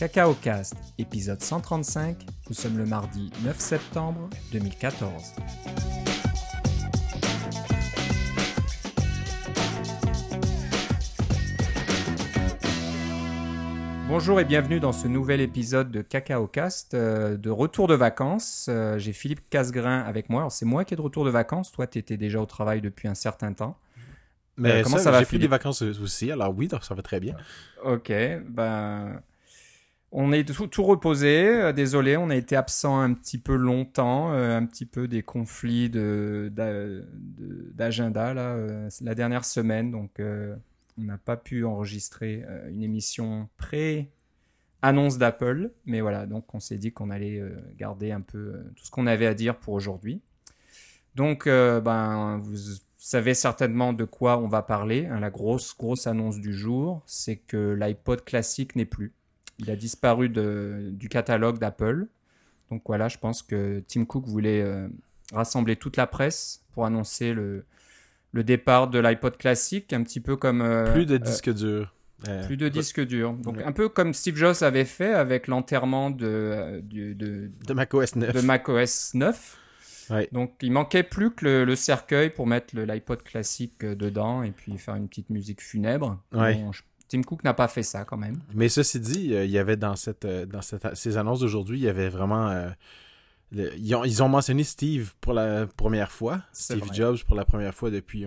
CacaoCast, épisode 135, nous sommes le mardi 9 septembre 2014. Bonjour et bienvenue dans ce nouvel épisode de CacaoCast, de retour de vacances. J'ai Philippe Casgrain avec moi. Alors c'est moi qui est de retour de vacances, toi tu étais déjà au travail depuis un certain temps. Mais comment ça va, j'ai pris des Philippe? vacances aussi, alors oui, donc ça va très bien. Ok, ben... On est tout reposé, désolé, on a été absent un petit peu longtemps, un petit peu des conflits d'agenda là, la dernière semaine, donc on n'a pas pu enregistrer une émission pré-annonce d'Apple, mais voilà, donc on s'est dit qu'on allait garder un peu tout ce qu'on avait à dire pour aujourd'hui. Donc vous savez certainement de quoi on va parler, hein, la grosse annonce du jour, c'est que l'iPod classique n'est plus. Il a disparu du catalogue d'Apple. Donc voilà, je pense que Tim Cook voulait rassembler toute la presse pour annoncer le départ de l'iPod classique, un petit peu comme... Plus de disques durs. plus de disques durs. Donc ouais. un peu comme Steve Jobs avait fait avec l'enterrement de macOS 9. macOS 9. Ouais. Donc il manquait plus que le cercueil pour mettre l'iPod classique dedans et puis faire une petite musique funèbre. Ouais. Bon, Tim Cook n'a pas fait ça quand même. Mais ceci dit, il y avait dans ces annonces d'aujourd'hui, il y avait vraiment... ils ont mentionné Steve pour la première fois. C'est Steve vrai. Jobs pour la première fois depuis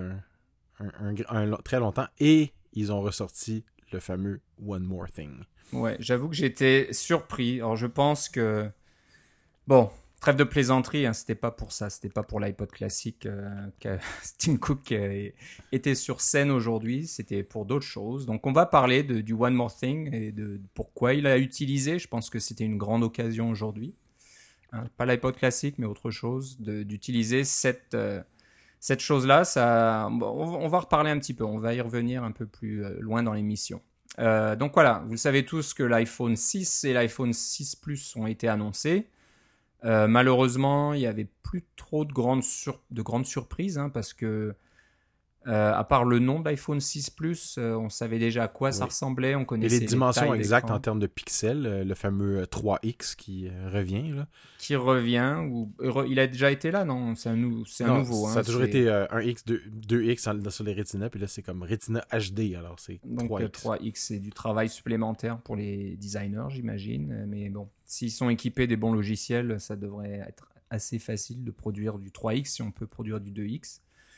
très longtemps. Et ils ont ressorti le fameux One More Thing. Ouais, j'avoue que j'étais surpris. Alors je pense que... Bon, trêve de plaisanterie, hein, c'était pas pour ça. C'était pas pour l'iPod classique que Tim Cook était sur scène aujourd'hui. C'était pour d'autres choses. Donc on va parler du One More Thing et de pourquoi il l'a utilisé. Je pense que c'était une grande occasion aujourd'hui. Hein, pas l'iPod classique, mais autre chose, d'utiliser cette chose-là. On va reparler un petit peu. On va y revenir un peu plus loin dans l'émission. Donc voilà, vous savez tous que l'iPhone 6 et l'iPhone 6 Plus ont été annoncés. Malheureusement, il n'y avait plus trop de grandes surprises, hein, parce que à part le nom de l'iPhone 6 Plus, on savait déjà à quoi ça Oui. ressemblait, on Et connaissait les dimensions tailles exactes en d'écran. termes de pixels, le fameux 3X qui revient, là. Qui revient, il a déjà été là, non? C'est un Non, nouveau. ça Hein, a toujours été 1X, 2X sur les Retina, puis là c'est comme Retina HD, alors c'est Donc 3X. 3X, c'est du travail supplémentaire pour les designers, j'imagine. Mais bon, s'ils sont équipés des bons logiciels, ça devrait être assez facile de produire du 3X si on peut produire du 2X.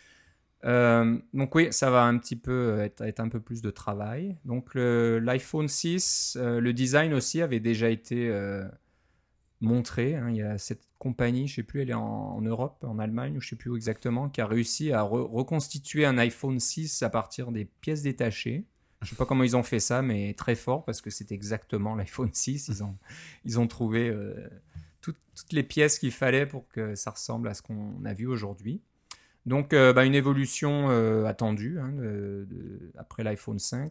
Donc oui, ça va un petit peu être un peu plus de travail. Donc l'iPhone 6, le design aussi avait déjà été montré. Hein. Il y a cette compagnie, je ne sais plus, elle est en Europe, en Allemagne, ou je ne sais plus où exactement, qui a réussi à reconstituer un iPhone 6 à partir des pièces détachées. Je ne sais pas comment ils ont fait ça, mais très fort, parce que c'est exactement l'iPhone 6. Ils ont trouvé toutes les pièces qu'il fallait pour que ça ressemble à ce qu'on a vu aujourd'hui. Donc, une évolution attendue hein, après l'iPhone 5.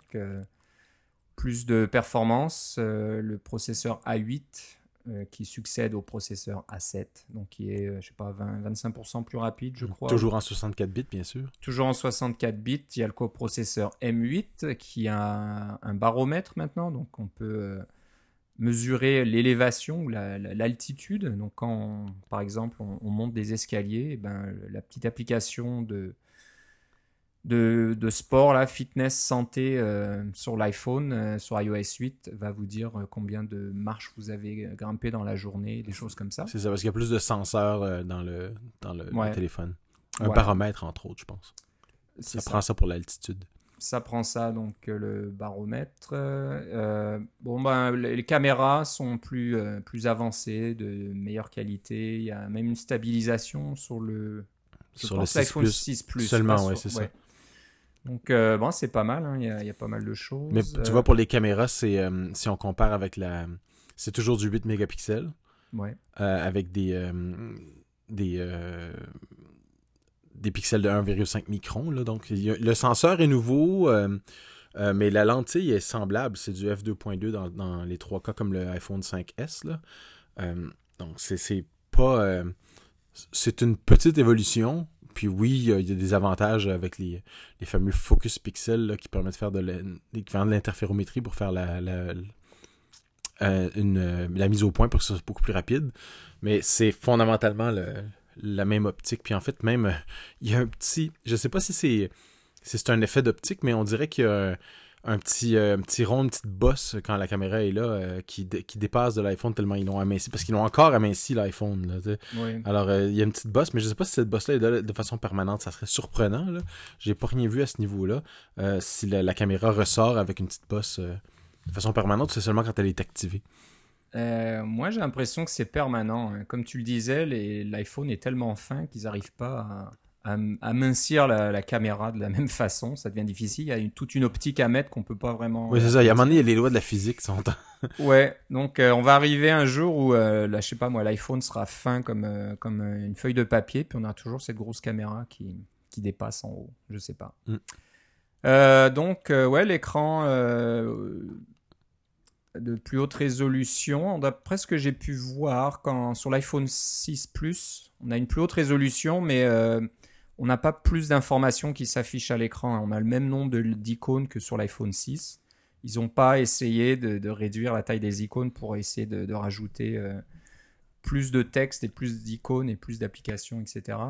Plus de performance, le processeur A8 qui succède au processeur A7, donc qui est, je sais pas, 25% plus rapide, je crois. Toujours en 64 bits, bien sûr. Toujours en 64 bits. Il y a le coprocesseur M8 qui a un baromètre maintenant, donc on peut mesurer l'élévation ou l'altitude. Donc quand, par exemple, on monte des escaliers, eh ben, la petite application de sport, là, fitness, santé sur l'iPhone, sur iOS 8, va vous dire combien de marches vous avez grimpé dans la journée, des choses comme ça. C'est ça, parce qu'il y a plus de senseurs dans le Ouais. téléphone. Un Voilà. baromètre, entre autres, je pense. C'est Ça prend ça pour l'altitude. Ça prend ça, donc le baromètre. Les caméras sont plus avancées, de meilleure qualité. Il y a même une stabilisation sur Sur le 6 l'iPhone Plus 6 Plus. seulement, ouais, c'est ça. Donc, c'est pas mal. Hein, il y a pas mal de choses. Mais tu vois, pour les caméras, c'est si on compare avec c'est toujours du 8 mégapixels. Ouais. Avec des pixels de 1,5 microns. Là, donc, le senseur est nouveau, mais la lentille est semblable. C'est du f2.2 dans les trois cas, comme le iPhone 5S. Là. Donc, c'est pas... c'est une petite évolution. Puis oui, il y a des avantages avec les fameux focus pixels là, qui permettent de faire de l'interférométrie pour faire la mise au point pour que ce soit beaucoup plus rapide. Mais c'est fondamentalement la même optique. Puis en fait, même, il y a un petit... Je sais pas si c'est un effet d'optique, mais on dirait qu'il y a un petit rond, une petite bosse quand la caméra est là qui dépasse de l'iPhone tellement ils l'ont aminci. Parce qu'ils l'ont encore aminci l'iPhone. Là, Oui. alors, il y a une petite bosse, mais je sais pas si cette bosse-là est là de façon permanente. Ça serait surprenant. Là. J'ai pas rien vu à ce niveau-là. Si la caméra ressort avec une petite bosse de façon permanente, c'est seulement quand elle est activée. Moi, j'ai l'impression que c'est permanent, hein. Comme tu le disais, l'iPhone est tellement fin qu'ils n'arrivent pas à amincir la caméra de la même façon. Ça devient difficile. Il y a toute une optique à mettre qu'on peut pas vraiment Oui, c'est ça. Il y a un moment donné, arrondir. il y a les lois de la physique sont... Ouais, donc on va arriver un jour où, là, je sais pas moi, l'iPhone sera fin comme une feuille de papier, puis on aura toujours cette grosse caméra qui dépasse en haut. Je sais pas. Mm. Donc, ouais, l'écran de plus haute résolution. D'après ce que j'ai pu voir, sur l'iPhone 6 Plus, on a une plus haute résolution, mais on n'a pas plus d'informations qui s'affichent à l'écran. On a le même nombre d'icônes que sur l'iPhone 6. Ils n'ont pas essayé de réduire la taille des icônes pour essayer de rajouter plus de texte et plus d'icônes et plus d'applications, etc.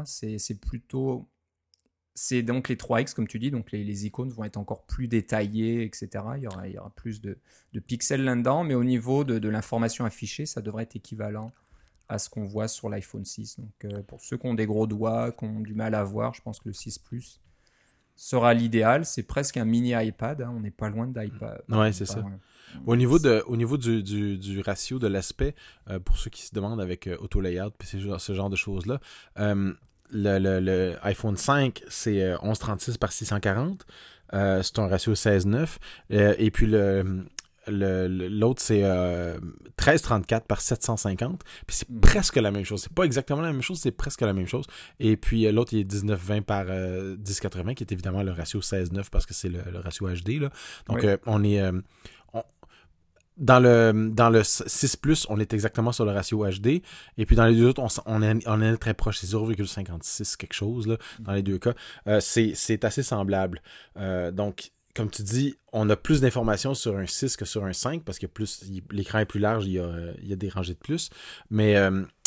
C'est donc les 3X, comme tu dis, donc les icônes vont être encore plus détaillées, etc. Il y aura plus de pixels là-dedans, mais au niveau de l'information affichée, ça devrait être équivalent à ce qu'on voit sur l'iPhone 6. Donc, pour ceux qui ont des gros doigts, qui ont du mal à voir, je pense que le 6 Plus sera l'idéal. C'est presque un mini iPad, hein. On n'est pas loin d'iPad. Ouais, c'est ça. Loin. Au niveau du ratio de l'aspect, pour ceux qui se demandent avec Auto Layout puis ce genre de choses-là, le iPhone 5, c'est 1136 par 640. C'est un ratio 16:9. Et puis l'autre, c'est 1334 par 750. Puis c'est presque la même chose. C'est pas exactement la même chose, c'est presque la même chose. Et puis l'autre, il est 1920 par 1080, qui est évidemment le ratio 16:9 parce que c'est le ratio HD. Là. Donc, Oui. on est... Dans le 6 Plus, on est exactement sur le ratio HD. Et puis dans les deux autres, on est très proche. C'est 0,56 quelque chose là, dans les deux cas. C'est assez semblable. Donc, comme tu dis, on a plus d'informations sur un 6 que sur un 5 parce que l'écran est plus large, il y a des rangées de plus. Mais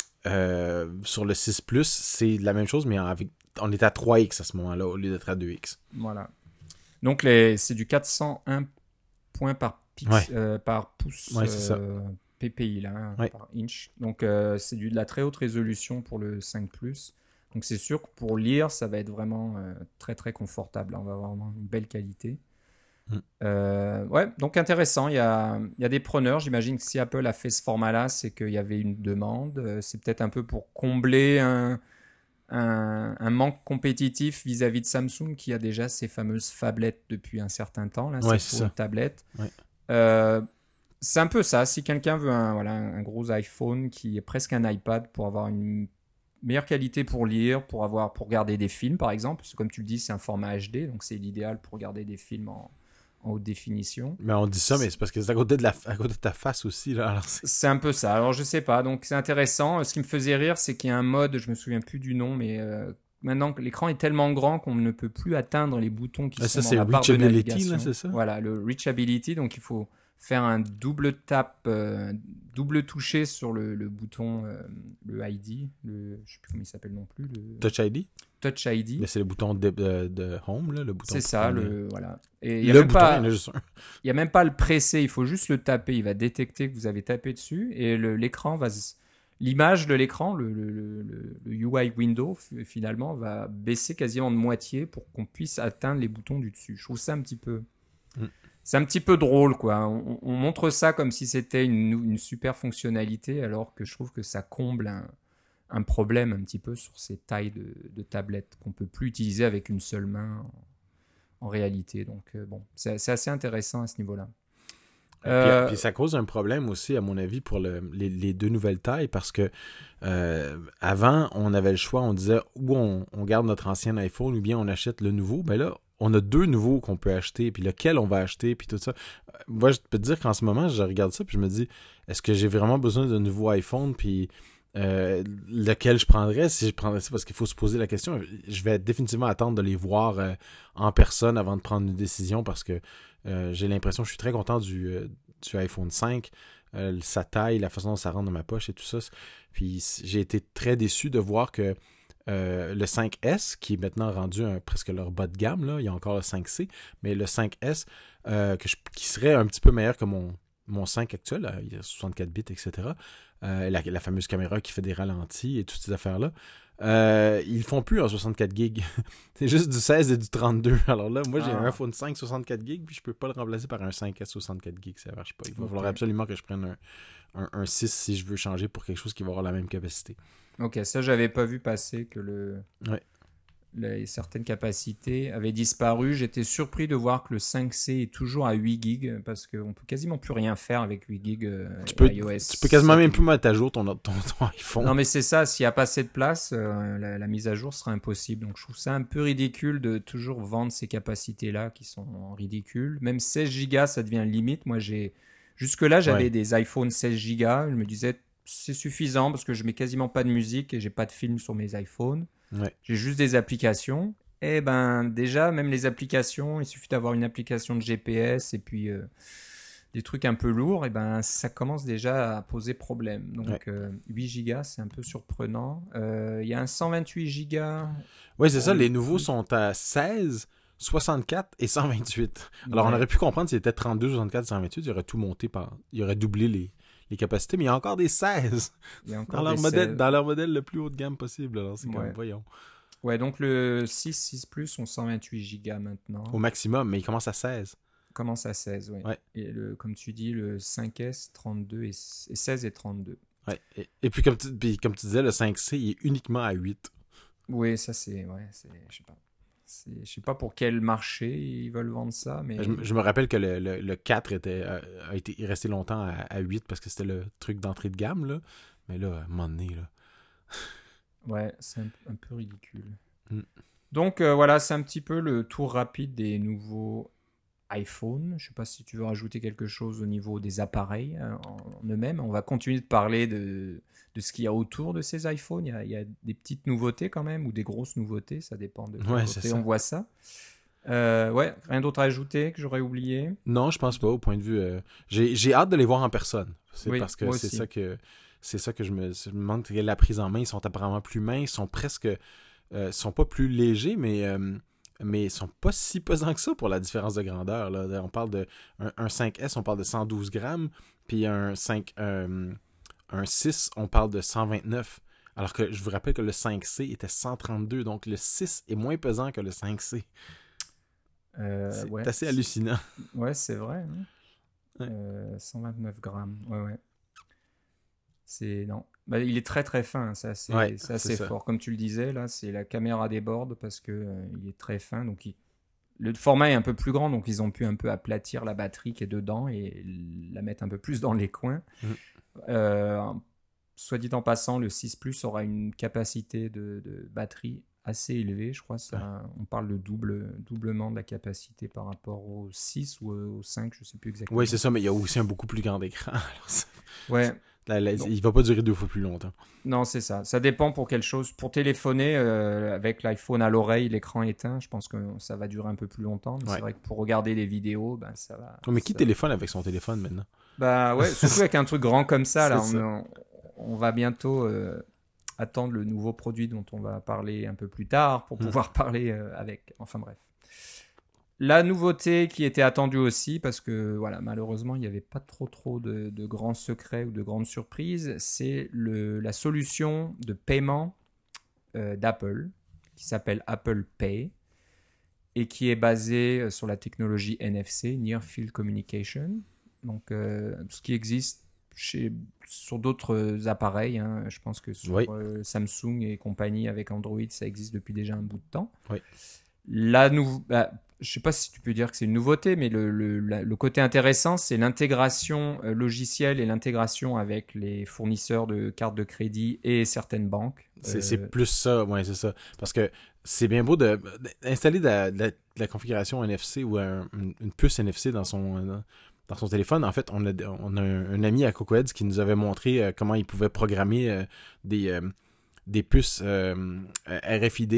sur le 6 Plus, c'est la même chose, mais on est à 3X à ce moment-là au lieu d'être à 2X. Voilà. Donc, c'est du 401 points par pouce Ouais, c'est ça. PPI, là, hein, Ouais. par inch. Donc, c'est de la très haute résolution pour le 5 Plus. Donc, c'est sûr que pour lire, ça va être vraiment très, très confortable. On va avoir vraiment une belle qualité. Ouais, donc intéressant. Il y a des preneurs. J'imagine que si Apple a fait ce format-là, c'est qu'il y avait une demande. C'est peut-être un peu pour combler un manque compétitif vis-à-vis de Samsung qui a déjà ces fameuses phablettes depuis un certain temps, là, Ouais, ces c'est ça. tablettes. Ouais. C'est un peu ça. Si quelqu'un veut un gros iPhone qui est presque un iPad pour avoir une meilleure qualité pour lire, pour regarder des films par exemple, parce que comme tu le dis, c'est un format HD, donc c'est l'idéal pour regarder des films en haute définition. Mais on dit ça, mais c'est parce que c'est à côté de ta face aussi. Là. Alors, C'est un peu ça. Alors je sais pas, donc c'est intéressant. Ce qui me faisait rire, c'est qu'il y a un mode, je me souviens plus du nom, mais maintenant que l'écran est tellement grand qu'on ne peut plus atteindre les boutons qui sont ça, dans c'est la barre de Reachability, navigation. là, c'est ça? Voilà, le Reachability, donc il faut faire un double tap, double toucher sur le bouton, le ID, je sais plus comment il s'appelle non plus, le Touch ID? Touch ID. Mais c'est le bouton de Home, là, le bouton. C'est ça, voilà. Et le bouton, il y en a juste un. il n'y a même pas le presser, il faut juste le taper. Il va détecter que vous avez tapé dessus et l'écran va. L'image de l'écran, le UI window, finalement, va baisser quasiment de moitié pour qu'on puisse atteindre les boutons du dessus. Je trouve ça un petit peu. C'est un petit peu drôle, quoi. On montre ça comme si c'était une super fonctionnalité, alors que je trouve que ça comble un problème un petit peu sur ces tailles de tablettes qu'on peut plus utiliser avec une seule main en réalité. Donc, bon, c'est assez intéressant à ce niveau-là. Puis ça cause un problème aussi, à mon avis, pour les deux nouvelles tailles, parce que avant, on avait le choix, on disait ou on garde notre ancien iPhone ou bien on achète le nouveau. Ben là, on a deux nouveaux qu'on peut acheter, puis lequel on va acheter, puis tout ça. Moi, je peux te dire qu'en ce moment, je regarde ça, puis je me dis, est-ce que j'ai vraiment besoin d'un nouveau iPhone, puis lequel je prendrais, si je prendrais ça, parce qu'il faut se poser la question. Je vais définitivement attendre de les voir en personne avant de prendre une décision, parce que j'ai l'impression, je suis très content du iPhone 5, sa taille, la façon dont ça rentre dans ma poche et tout ça. Puis j'ai été très déçu de voir que le 5S, qui est maintenant rendu presque leur bas de gamme, là, il y a encore le 5C, mais le 5S, qui serait un petit peu meilleur que mon 5 actuel, là, il y a 64 bits, etc. La fameuse caméra qui fait des ralentis et toutes ces affaires-là. Ils font plus en 64 gigs. C'est juste du 16 et du 32. Alors là, moi, j'ai un iPhone 5 64 gigs, puis je peux pas le remplacer par un 5S 64 gigs. Ça marche pas. Il va falloir absolument que je prenne un 6 si je veux changer pour quelque chose qui va avoir la même capacité. Ok, ça, j'avais pas vu passer que certaines capacités avaient disparu. J'étais surpris de voir que le 5C est toujours à 8 gigs parce qu'on peut quasiment plus rien faire avec 8 gigs tu peux quasiment 7. même plus mettre à jour ton iPhone. Non, mais c'est ça, s'il n'y a pas assez de place, la mise à jour sera impossible. Donc je trouve ça un peu ridicule de toujours vendre ces capacités-là qui sont ridicules. Même 16 Go, ça devient limite. Moi, jusque-là, j'avais des iPhones 16 Go. Je me disais, c'est suffisant parce que je mets quasiment pas de musique et j'ai pas de film sur mes iPhones. Ouais. J'ai juste des applications. Et ben déjà, même les applications, il suffit d'avoir une application de GPS et puis des trucs un peu lourds, et ben ça commence déjà à poser problème. Donc 8 Go, c'est un peu surprenant. Il y a un 128 Go. Oui, c'est ça. Les nouveaux sont à 16, 64 et 128. Alors on aurait pu comprendre si c'était 32, 64 et 128, il aurait tout monté il aurait doublé les capacités, mais il y a encore des 16 dans leur modèle le plus haut de gamme possible. Alors c'est comme, voyons. Ouais, donc le 6 Plus ont 128 Go maintenant. Au maximum, mais il commence à 16. Commence à 16, oui. Ouais. Et comme tu dis, le 5S, 32 et 16 et 32. Ouais. Et puis, comme tu disais, le 5C, il est uniquement à 8. Oui, ça c'est... je sais pas. Je sais pas pour quel marché ils veulent vendre ça, mais... Je me rappelle que le 4 est resté longtemps à 8 parce que c'était le truc d'entrée de gamme, là. Mais là, à un moment donné, là... Ouais, c'est un peu ridicule. Donc, voilà, c'est un petit peu le tour rapide des nouveaux iPhone. Je ne sais pas si tu veux rajouter quelque chose au niveau des appareils en eux-mêmes. On va continuer de parler de ce qu'il y a autour de ces iPhones. Il y a des petites nouveautés quand même, ou des grosses nouveautés, ça dépend de quel côté on voit ça. Rien d'autre à ajouter que j'aurais oublié? Non, je pense pas, au point de vue... J'ai hâte de les voir en personne. Parce que c'est ça que je me demande, la prise en main. Ils sont apparemment plus minces, sont presque... sont pas plus légers, mais ils sont pas si pesants que ça pour la différence de grandeur. Là. On parle de un 5S, on parle de 112 grammes, puis un 6, on parle de 129. Alors que je vous rappelle que le 5C était 132, donc le 6 est moins pesant que le 5C. C'est assez hallucinant. Ouais, c'est vrai. Hein? 129 grammes, ouais. Non. Bah, il est très très fin, c'est assez fort. Comme tu le disais, là, c'est la caméra déborde parce que il est très fin. Donc le format est un peu plus grand, donc ils ont pu un peu aplatir la batterie qui est dedans et la mettre un peu plus dans les coins. Soit dit en passant, le 6 Plus aura une capacité de batterie assez élevée. Je crois on parle de doublement de la capacité par rapport au 6 ou au 5, je ne sais plus exactement. Oui, c'est ça, mais il y a aussi un beaucoup plus grand écran. Ouais. Il va pas durer 2 fois plus longtemps. Non, c'est ça. Ça dépend pour quelque chose. Pour téléphoner avec l'iPhone à l'oreille, l'écran éteint, je pense que ça va durer un peu plus longtemps. Mais c'est vrai que pour regarder des vidéos, ben, ça va... mais qui téléphone avec son téléphone maintenant? Bah ouais, surtout avec un truc grand comme ça. Là, on va bientôt attendre le nouveau produit dont on va parler un peu plus tard pour pouvoir parler avec. Enfin bref. La nouveauté qui était attendue aussi, parce que voilà, malheureusement, il n'y avait pas trop de grands secrets ou de grandes surprises, c'est la solution de paiement d'Apple, qui s'appelle Apple Pay, et qui est basée sur la technologie NFC, Near Field Communication. Donc, ce qui existe sur d'autres appareils, hein, je pense que sur Samsung et compagnie avec Android, ça existe depuis déjà un bout de temps. Oui. Je ne sais pas si tu peux dire que c'est une nouveauté, mais le côté intéressant, c'est l'intégration logicielle et l'intégration avec les fournisseurs de cartes de crédit et certaines banques. C'est plus ça, ouais, c'est ça. Parce que c'est bien beau d'installer de la configuration NFC ou une puce NFC dans son téléphone. En fait, on a un ami à Cocoheads qui nous avait montré comment il pouvait programmer des puces RFID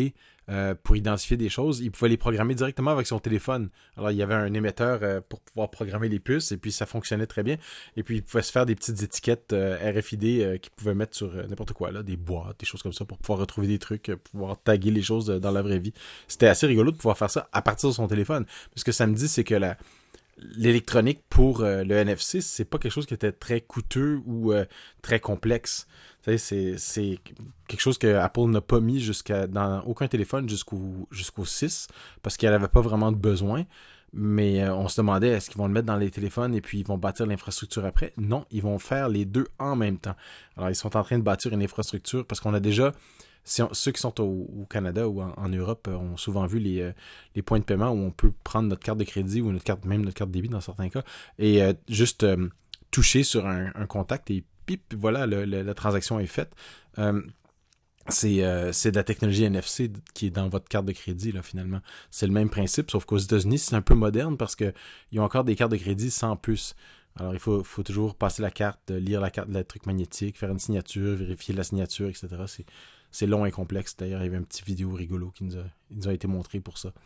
pour identifier des choses. Il pouvait les programmer directement avec son téléphone. Alors, il y avait un émetteur pour pouvoir programmer les puces, et puis ça fonctionnait très bien. Et puis, il pouvait se faire des petites étiquettes RFID qu'il pouvait mettre sur n'importe quoi, là, des boîtes, des choses comme ça, pour pouvoir retrouver des trucs, pouvoir taguer les choses dans la vraie vie. C'était assez rigolo de pouvoir faire ça à partir de son téléphone. Ce que ça me dit, c'est que l'électronique pour le NFC, c'est pas quelque chose qui était très coûteux ou très complexe. Tu sais, c'est quelque chose que Apple n'a pas mis dans aucun téléphone jusqu'au 6 parce qu'elle n'avait pas vraiment de besoin. Mais on se demandait, est-ce qu'ils vont le mettre dans les téléphones et puis ils vont bâtir l'infrastructure après? Non, ils vont faire les deux en même temps. Alors, ils sont en train de bâtir une infrastructure parce qu'on a déjà... Ceux qui sont au Canada ou en Europe ont souvent vu les points de paiement où on peut prendre notre carte de crédit ou même notre carte débit dans certains cas et juste toucher sur un contact et pip, voilà, la transaction est faite. C'est de la technologie NFC qui est dans votre carte de crédit, là, finalement. C'est le même principe, sauf qu'aux États-Unis, c'est un peu moderne parce qu'ils ont encore des cartes de crédit sans puce. Alors, il faut toujours passer la carte, lire la carte, le truc magnétique, faire une signature, vérifier la signature, etc. C'est long et complexe. D'ailleurs, il y avait un petit vidéo rigolo qui nous a été montré pour ça.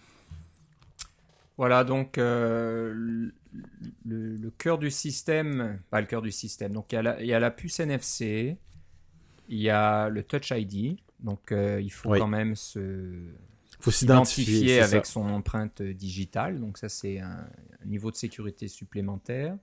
Voilà, donc le cœur du système, pas le cœur du système, donc il y a la puce NFC, il y a le Touch ID, donc il faut quand même s'identifier avec son empreinte digitale, donc ça c'est un niveau de sécurité supplémentaire.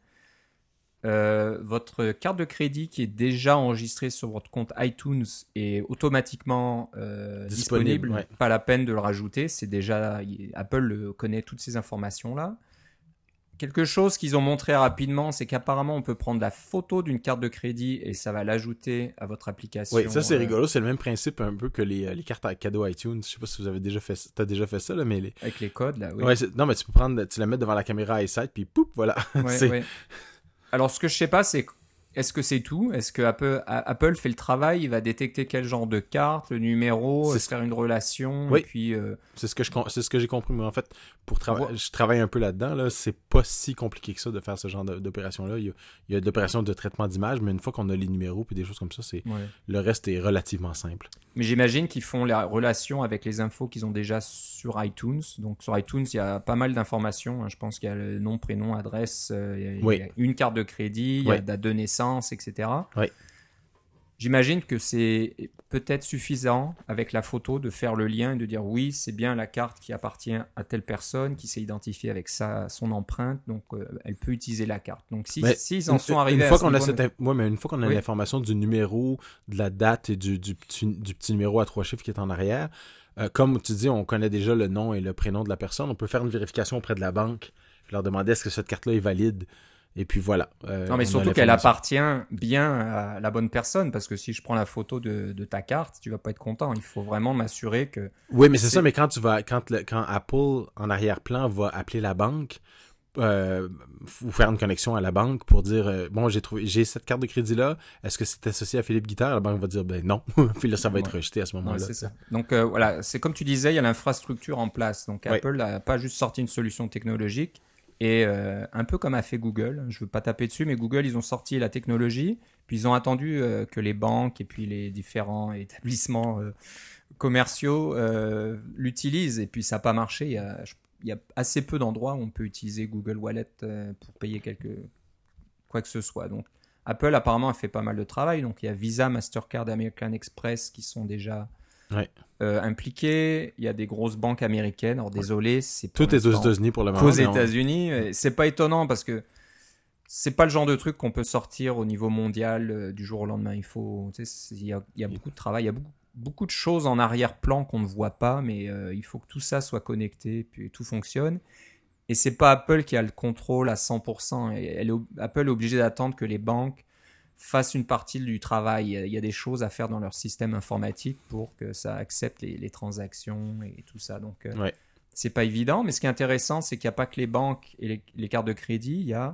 Votre carte de crédit qui est déjà enregistrée sur votre compte iTunes est automatiquement disponible. Ouais. Pas la peine de le rajouter. C'est déjà Apple connaît toutes ces informations là. Quelque chose qu'ils ont montré rapidement, c'est qu'apparemment on peut prendre la photo d'une carte de crédit et ça va l'ajouter à votre application. Oui, ça c'est rigolo. C'est le même principe un peu que les cartes à cadeau iTunes. Je sais pas si vous avez déjà fait. T'as déjà fait ça là, mais avec les codes là. Oui. Ouais, non, mais tu peux tu la mets devant la caméra iSight puis poup, voilà. Ouais, ouais. Alors, ce que je sais pas, c'est est-ce que c'est tout? Est-ce que Apple fait le travail? Il va détecter quel genre de carte, le numéro, faire une relation? Oui. Et puis, c'est ce que j'ai compris. Mais en fait, je travaille un peu là-dedans. Là, c'est pas si compliqué que ça de faire ce genre d'opération-là. Il y a de l'opération de traitement d'image, mais une fois qu'on a les numéros et des choses comme ça, le reste est relativement simple. Mais j'imagine qu'ils font la relation avec les infos qu'ils ont déjà sur iTunes. Donc sur iTunes, il y a pas mal d'informations. Je pense qu'il y a le nom, prénom, adresse, il y a une carte de crédit, il y a la date de naissance, etc. Oui. J'imagine que c'est peut-être suffisant avec la photo de faire le lien et de dire oui, c'est bien la carte qui appartient à telle personne qui s'est identifiée avec son empreinte, donc elle peut utiliser la carte. Donc s'ils en sont arrivés une fois qu'on a une fois qu'on a l'information du numéro, de la date et du petit numéro à 3 chiffres qui est en arrière, comme tu dis, on connaît déjà le nom et le prénom de la personne, on peut faire une vérification auprès de la banque, leur demander est-ce que cette carte-là est valide. Et puis voilà. Non, mais surtout qu'elle appartient bien à la bonne personne, parce que si je prends la photo de ta carte, tu vas pas être content. Il faut vraiment m'assurer que. Oui, mais c'est ça. Mais quand Apple en arrière-plan va appeler la banque ou faire une connexion à la banque pour dire bon, j'ai cette carte de crédit là. Est-ce que c'est associé à Philippe Guitard? La banque va dire ben non. Puis là, ça va être rejeté à ce moment-là. Ouais, c'est ça. Donc voilà, c'est comme tu disais, il y a l'infrastructure en place. Donc Apple n'a pas juste sorti une solution technologique. Et un peu comme a fait Google, je ne veux pas taper dessus, mais Google, ils ont sorti la technologie, puis ils ont attendu que les banques et puis les différents établissements commerciaux l'utilisent, et puis ça n'a pas marché. Il y a assez peu d'endroits où on peut utiliser Google Wallet pour payer quoi que ce soit. Donc Apple apparemment a fait pas mal de travail. Donc il y a Visa, Mastercard, American Express qui sont déjà impliqués. Il y a des grosses banques américaines. Alors désolé, tout est aux États-Unis pour le moment. Aux États-Unis, c'est pas étonnant parce que c'est pas le genre de truc qu'on peut sortir au niveau mondial du jour au lendemain. Il y a beaucoup de travail, il y a beaucoup de choses en arrière-plan qu'on ne voit pas, mais il faut que tout ça soit connecté, puis tout fonctionne. Et c'est pas Apple qui a le contrôle à 100%. Apple est obligé d'attendre que les banques fassent une partie du travail. Il y a des choses à faire dans leur système informatique pour que ça accepte les transactions et tout ça. Donc, c'est pas évident. Mais ce qui est intéressant, c'est qu'il n'y a pas que les banques et les cartes de crédit. Il y a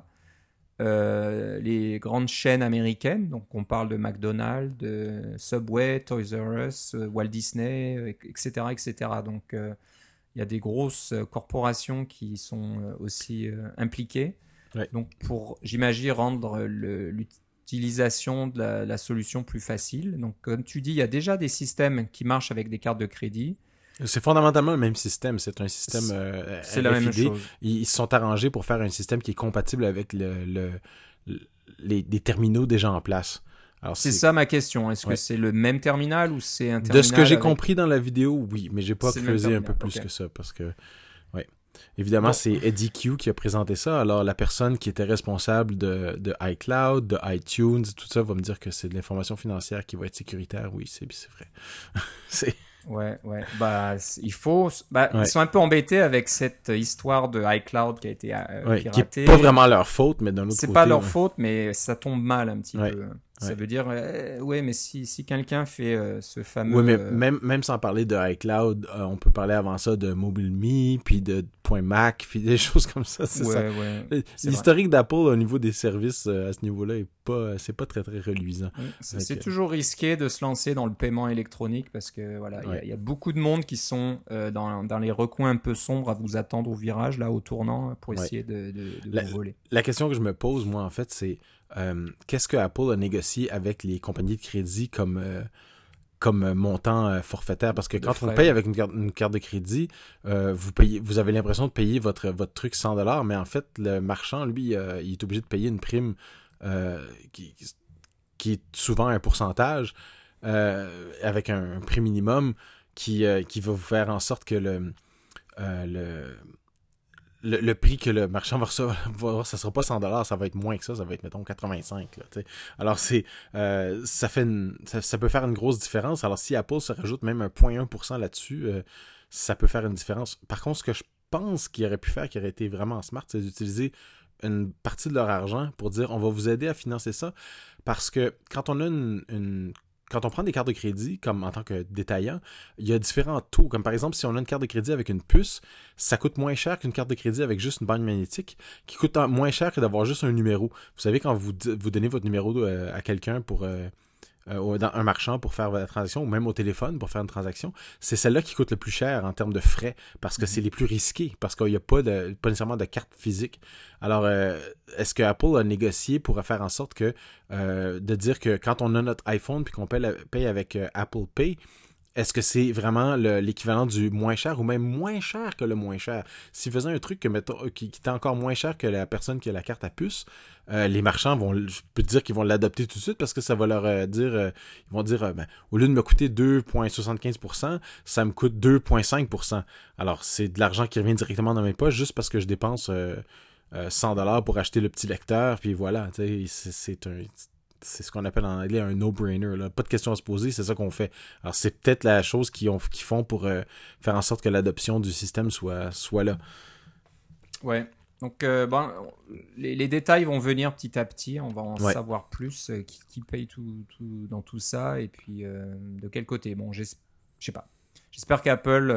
les grandes chaînes américaines. Donc, on parle de McDonald's, de Subway, Toys R Us, Walt Disney, etc., etc. Donc, il y a des grosses corporations qui sont aussi impliquées. Donc, pour, j'imagine, rendre l'utilisation de la solution plus facile. Donc, comme tu dis, il y a déjà des systèmes qui marchent avec des cartes de crédit. C'est fondamentalement le même système. C'est un système C'est la même RFID. chose. Ils se sont arrangés pour faire un système qui est compatible avec les terminaux déjà en place. Alors, C'est ça ma question. Est-ce que ouais. c'est le même terminal ou c'est un De ce que terminal j'ai avec... compris dans la vidéo, oui, mais j'ai pas C'est le même creusé un peu terminal, plus ok. que ça parce que, ouais. Évidemment, Bon, c'est Eddie Q qui a présenté ça. Alors, la personne qui était responsable de iCloud, de iTunes, tout ça va me dire que c'est de l'information financière qui va être sécuritaire. Oui, c'est vrai. c'est, ouais, ouais. Bah, il faut... Bah, ils ouais, sont un peu embêtés avec cette histoire de iCloud qui a été ouais, qui est pas piratée. vraiment leur faute, mais d'un autre C'est pas côté, leur ouais, faute, mais ça tombe mal un petit ouais, peu. Ça ouais. veut dire, ouais, mais si quelqu'un fait ce Oui, fameux... mais même sans parler de iCloud, on peut parler avant ça de MobileMe, puis de .Mac, puis des choses comme ça, c'est ça. ouais, ouais, c'est vrai. L'historique d'Apple au niveau des services à ce niveau-là c'est pas très très reluisant. Oui, c'est Donc, toujours risqué de se lancer dans le paiement électronique parce que voilà, ouais. il y a beaucoup de monde qui sont dans les recoins un peu sombres à vous attendre au virage, là, au tournant, pour Ouais. essayer de La, vous voler. la question que je me pose, moi, en fait, c'est qu'est-ce que Apple a négocié avec les compagnies de crédit comme montant forfaitaire? Parce que De quand on frais, paye ouais. avec une carte de crédit, vous avez l'impression de payer votre truc 100$, mais en fait, le marchand, lui, il est obligé de payer une prime euh, qui, qui est souvent un pourcentage avec un prix minimum qui va vous faire en sorte que euh, le, le prix que le marchand va recevoir, ça sera pas 100$, ça va être moins que ça va être, mettons, 85$. Là, t'sais. Alors, ça peut faire une grosse différence. Alors, si Apple se rajoute même un 0,1% là-dessus, ça peut faire une différence. Par contre, ce que je pense qu'ils auraient pu faire, qui aurait été vraiment smart, c'est d'utiliser une partie de leur argent pour dire on va vous aider à financer ça. Parce que quand on a quand on prend des cartes de crédit, comme en tant que détaillant, il y a différents taux. Comme par exemple, si on a une carte de crédit avec une puce, ça coûte moins cher qu'une carte de crédit avec juste une bande magnétique, qui coûte moins cher que d'avoir juste un numéro. Vous savez, quand vous donnez votre numéro à quelqu'un pour dans un marchand pour faire la transaction, ou même au téléphone pour faire une transaction, c'est celle-là qui coûte le plus cher en termes de frais, parce que c'est les plus risqués, parce qu'il n'y a pas nécessairement de carte physique. Alors, est-ce que Apple a négocié pour faire en sorte que de dire que quand on a notre iPhone puis qu'on paye avec Apple Pay, est-ce que c'est vraiment l'équivalent du moins cher ou même moins cher que le moins cher? S'ils faisaient un truc qui était encore moins cher que la personne qui a la carte à puce, les marchands je peux te dire qu'ils vont l'adopter tout de suite parce que ça va leur dire, ils vont dire, ben, au lieu de me coûter 2,75%, ça me coûte 2,5%. Alors, c'est de l'argent qui revient directement dans mes poches juste parce que je dépense 100$ pour acheter le petit lecteur, puis voilà, c'est ce qu'on appelle en anglais un no-brainer. Là. Pas de questions à se poser, c'est ça qu'on fait. Alors, c'est peut-être la chose qu'ils font pour faire en sorte que l'adoption du système soit là. Ouais. Donc, bon, les détails vont venir petit à petit. On va en Ouais. savoir plus. Qui paye dans tout ça et puis de quel côté. Bon, je sais pas. J'espère qu'Apple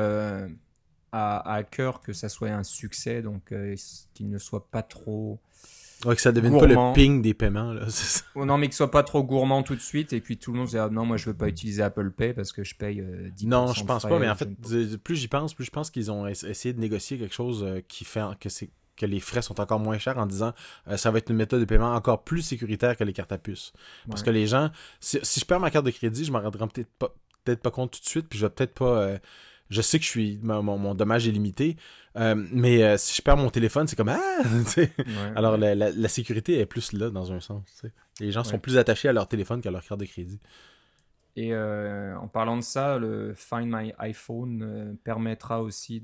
a à cœur que ça soit un succès, donc qu'il ne soit pas trop Ouais, que ça ne devienne pas le gourmand. ping des paiements. Là. C'est ça. Oh non, mais qu'il soit pas trop gourmand tout de suite et puis tout le monde se dit ah, non, moi je veux pas utiliser Apple Pay parce que je paye Non, 10% je de pense pas, mais frais. en fait, plus j'y pense, plus je pense qu'ils ont essayé de négocier quelque chose qui fait que les frais sont encore moins chers en disant ça va être une méthode de paiement encore plus sécuritaire que les cartes à puce. Parce Ouais. que les gens, si je perds ma carte de crédit, je m'en rendrai peut-être pas compte tout de suite, puis je vais peut-être pas. Je sais que mon dommage est limité, mais si je perds mon téléphone, c'est comme ah! Ouais, Alors ouais, la sécurité est plus là dans un sens. T'sais. Les gens sont ouais. plus attachés à leur téléphone qu'à leur carte de crédit. Et en parlant de ça, le Find My iPhone permettra aussi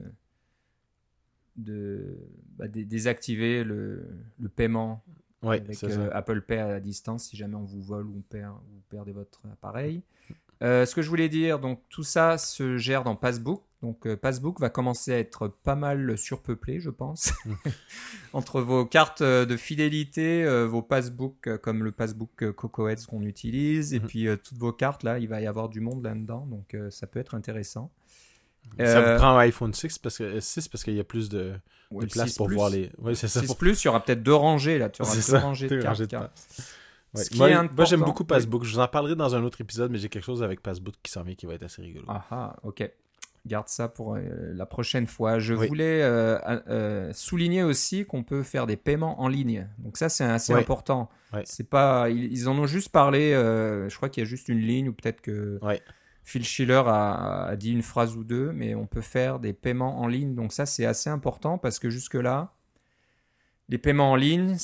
désactiver le paiement Oui, avec c'est ça. Apple Pay à distance si jamais on vous vole ou vous perdez votre appareil. Ce que je voulais dire, donc tout ça se gère dans Passbook. Donc Passbook va commencer à être pas mal surpeuplé, je pense. Entre vos cartes de fidélité, vos passbooks comme le passbook Cocoheads qu'on utilise, et Mhm. puis toutes vos cartes, là, il va y avoir du monde là-dedans. Donc ça peut être intéressant. Ça vous Euh, prend un iPhone 6 parce qu'il y a plus ouais, de le place 6 pour voir Plus. les. Oui, c'est ça. 6 Plus, il y aura peut-être deux rangées, là. Tu auras C'est deux ça. rangées de T'es rangé cartes. de place. Ouais. Ce qui est Moi, j'aime beaucoup important. Oui. Passbook. Je vous en parlerai dans un autre épisode, mais j'ai quelque chose avec Passbook qui s'en vient qui va être assez rigolo. Ah ah, ok. Garde ça pour la prochaine fois. Je Oui. voulais souligner aussi qu'on peut faire des paiements en ligne. Donc ça, c'est assez Oui. important. Oui. C'est pas, ils en ont juste parlé. Je crois qu'il y a juste une ligne ou peut-être que Oui. Phil Schiller a dit une phrase ou deux, mais on peut faire des paiements en ligne. Donc ça, c'est assez important parce que jusque-là, les paiements en ligne,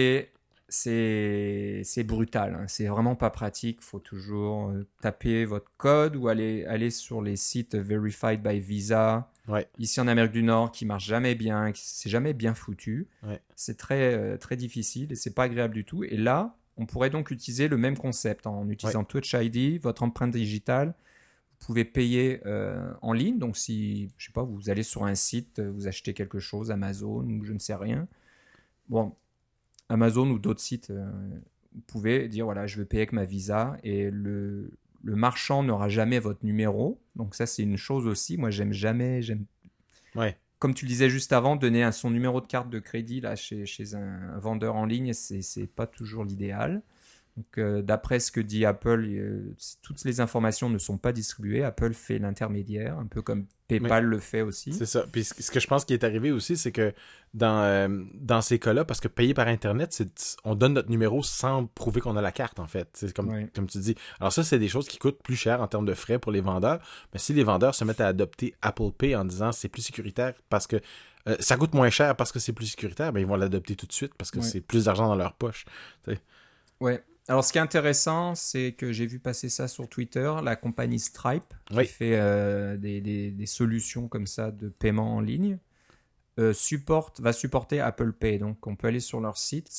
c'est brutal, hein. C'est vraiment pas pratique. Il faut toujours taper votre code ou aller sur les sites Verified by Visa. Ouais. Ici en Amérique du Nord, qui marchent jamais bien, c'est jamais bien foutu. Ouais. C'est très difficile et c'est pas agréable du tout. Et là, on pourrait donc utiliser le même concept en utilisant Touch ID, votre empreinte digitale. Vous pouvez payer en ligne. Donc si, je sais pas, vous allez sur un site, vous achetez quelque chose, Amazon ou je ne sais rien. Bon, Amazon ou d'autres sites, vous pouvez dire voilà, je veux payer avec ma Visa et le marchand n'aura jamais votre numéro. Donc ça, c'est une chose aussi. Moi, j'aime Ouais. comme tu le disais juste avant, donner son numéro de carte de crédit là chez un vendeur en ligne, c'est pas toujours l'idéal. Donc, d'après ce que dit Apple, toutes les informations ne sont pas distribuées. Apple fait l'intermédiaire, un peu comme PayPal le fait aussi. C'est ça. Puis ce que je pense qui est arrivé aussi, c'est que dans ces cas-là, parce que payer par Internet, on donne notre numéro sans prouver qu'on a la carte, en fait. C'est comme tu dis. Alors ça, c'est des choses qui coûtent plus cher en termes de frais pour les vendeurs. Mais si les vendeurs se mettent à adopter Apple Pay en disant c'est plus sécuritaire parce que ça coûte moins cher parce que c'est plus sécuritaire, ben ils vont l'adopter tout de suite parce que c'est plus d'argent dans leur poche. T'sais. Ouais. Alors, ce qui est intéressant, c'est que j'ai vu passer ça sur Twitter, la compagnie Stripe, qui fait des solutions comme ça de paiement en ligne, va supporter Apple Pay. Donc, on peut aller sur leur site,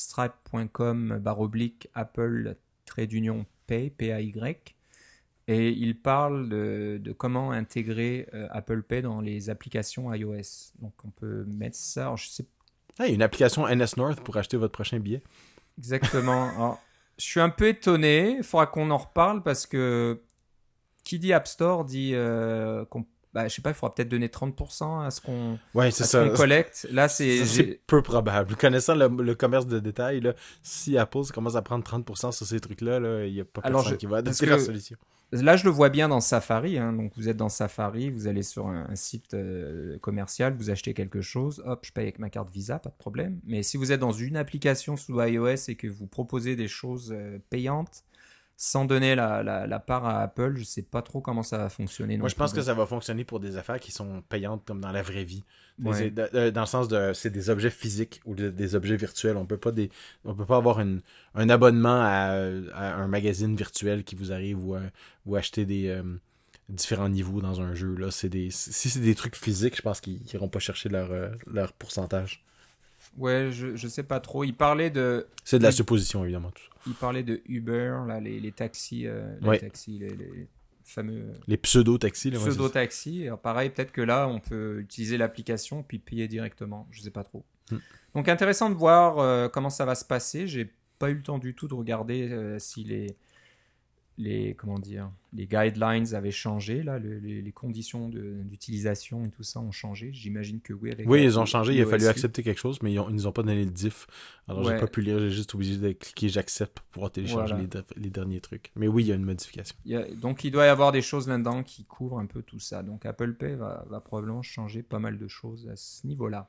stripe.com/Apple-Pay, P-A-Y, et ils parlent de comment intégrer Apple Pay dans les applications iOS. Donc, on peut mettre ça. Alors, je sais... une application NS North pour acheter votre prochain billet. Exactement. Alors, je suis un peu étonné. Il faudra qu'on en reparle parce que qui dit App Store dit je sais pas, il faudra peut-être donner 30% à ce qu'on collecte. Là, c'est peu probable. Connaissant le commerce de détail, là, si Apple commence à prendre 30% sur ces trucs-là, il n'y a pas personne qui va adopter la solution. Là, je le vois bien dans Safari. Hein. Donc, vous êtes dans Safari, vous allez sur un site commercial, vous achetez quelque chose, hop, je paye avec ma carte Visa, pas de problème. Mais si vous êtes dans une application sous iOS et que vous proposez des choses payantes, sans donner la part à Apple, je sais pas trop comment ça va fonctionner. Moi, je pense que ça va fonctionner pour des affaires qui sont payantes comme dans la vraie vie. Ouais. Dans le sens de c'est des objets physiques ou des objets virtuels. On peut pas avoir un abonnement à un magazine virtuel qui vous arrive ou acheter des différents niveaux dans un jeu. Là, si c'est des trucs physiques, je pense qu'ils n'iront pas chercher leur pourcentage. Ouais, je sais pas trop. Il parlait de... C'est de la supposition, évidemment, tout ça. Il parlait de Uber, là, les taxis, les fameux... Les pseudo-taxis. Pseudo-taxis. Alors, pareil, peut-être que là, on peut utiliser l'application puis payer directement. Je sais pas trop. Donc, intéressant de voir comment ça va se passer. J'ai pas eu le temps du tout de regarder si les guidelines avaient changé, là, les conditions d'utilisation et tout ça ont changé. J'imagine que oui. Oui, ils ont changé. Il a fallu accepter quelque chose, mais ils nous ont pas donné le diff. Alors, j'ai pas pu lire. J'ai juste obligé de cliquer j'accepte pour pouvoir télécharger les derniers trucs. Mais oui, il y a une modification. Donc, il doit y avoir des choses là-dedans qui couvrent un peu tout ça. Donc, Apple Pay va probablement changer pas mal de choses à ce niveau-là.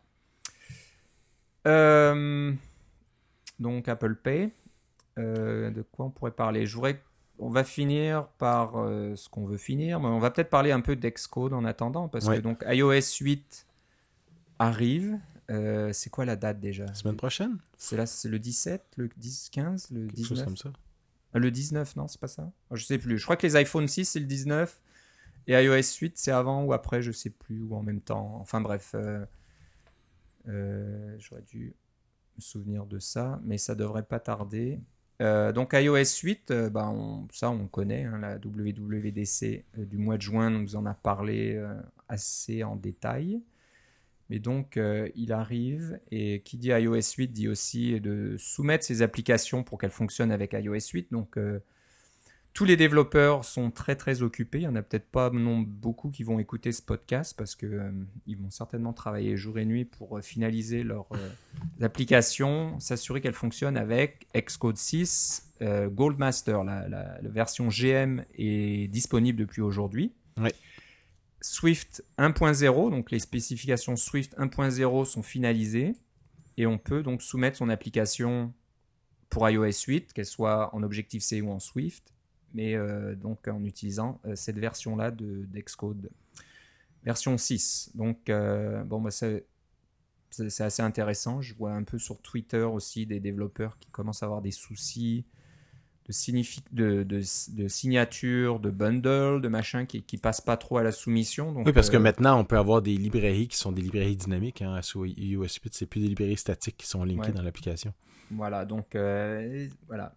Donc, Apple Pay. De quoi on pourrait parler? On va finir par ce qu'on veut finir, mais on va peut-être parler un peu d'Xcode en attendant, parce que donc iOS 8 arrive. C'est quoi la date déjà? La semaine prochaine? C'est le 17, le 10, 15, le 19? Quelque chose comme ça. Le 19, non, c'est pas ça? Je sais plus. Je crois que les iPhone 6, c'est le 19, et iOS 8, c'est avant ou après, je sais plus, ou en même temps. Enfin bref, j'aurais dû me souvenir de ça, mais ça devrait pas tarder. Donc iOS 8, on connaît, hein, la WWDC du mois de juin nous en a parlé assez en détail. Mais donc il arrive, et qui dit iOS 8 dit aussi de soumettre ses applications pour qu'elles fonctionnent avec iOS 8. Donc tous les développeurs sont très très occupés. Il n'y en a peut-être pas beaucoup qui vont écouter ce podcast parce qu'ils vont certainement travailler jour et nuit pour finaliser leurs applications, s'assurer qu'elles fonctionnent avec Xcode 6. Goldmaster, la version GM est disponible depuis aujourd'hui. Oui. Swift 1.0, donc les spécifications Swift 1.0 sont finalisées et on peut donc soumettre son application pour iOS 8, qu'elle soit en Objective-C ou en Swift. mais donc en utilisant cette version-là d'Xcode. Version 6. Donc, c'est assez intéressant. Je vois un peu sur Twitter aussi des développeurs qui commencent à avoir des soucis de signature, de bundle, de machin qui passent pas trop à la soumission. Donc, Oui, parce que maintenant, on peut avoir des librairies qui sont des librairies dynamiques. Hein, sur iOS 8, c'est plus des librairies statiques qui sont linkées ouais, dans l'application. voilà. Donc, voilà.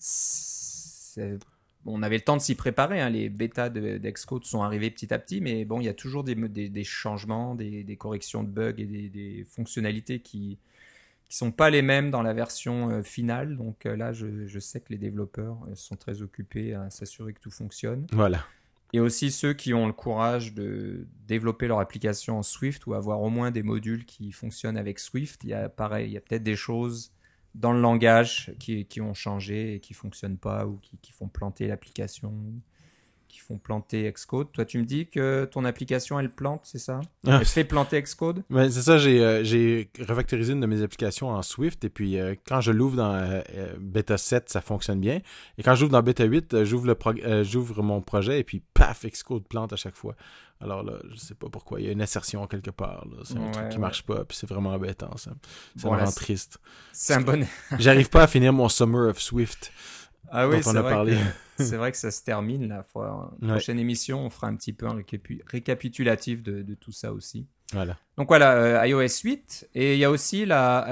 On avait le temps de s'y préparer. Hein. Les bêtas d'Xcode sont arrivés petit à petit, mais bon, il y a toujours des changements, des corrections de bugs et des fonctionnalités qui sont pas les mêmes dans la version finale. Donc là, je sais que les développeurs sont très occupés à s'assurer que tout fonctionne. Voilà. Et aussi ceux qui ont le courage de développer leur application en Swift ou avoir au moins des modules qui fonctionnent avec Swift. Il y a pareil, il y a peut-être des choses dans le langage qui ont changé et qui fonctionnent pas ou qui font planter l'application, qui font planter Xcode. Toi, tu me dis que ton application, elle plante, c'est ça? Elle fait planter Xcode? Ouais, c'est ça, j'ai refactorisé une de mes applications en Swift et puis quand je l'ouvre dans Beta 7, ça fonctionne bien. Et quand j'ouvre dans Beta 8, j'ouvre mon projet et puis paf, Xcode plante à chaque fois. Alors là, je sais pas pourquoi, il y a une assertion quelque part. Là. C'est un truc qui marche pas, puis c'est vraiment embêtant. Ça me rend triste. C'est un bon... J'arrive pas à finir mon Summer of Swift. Ah oui, dont on a parlé. C'est vrai que ça se termine là. Prochaine émission, on fera un petit peu un récapitulatif de tout ça aussi. Voilà. Donc voilà, iOS 8 et il y a aussi la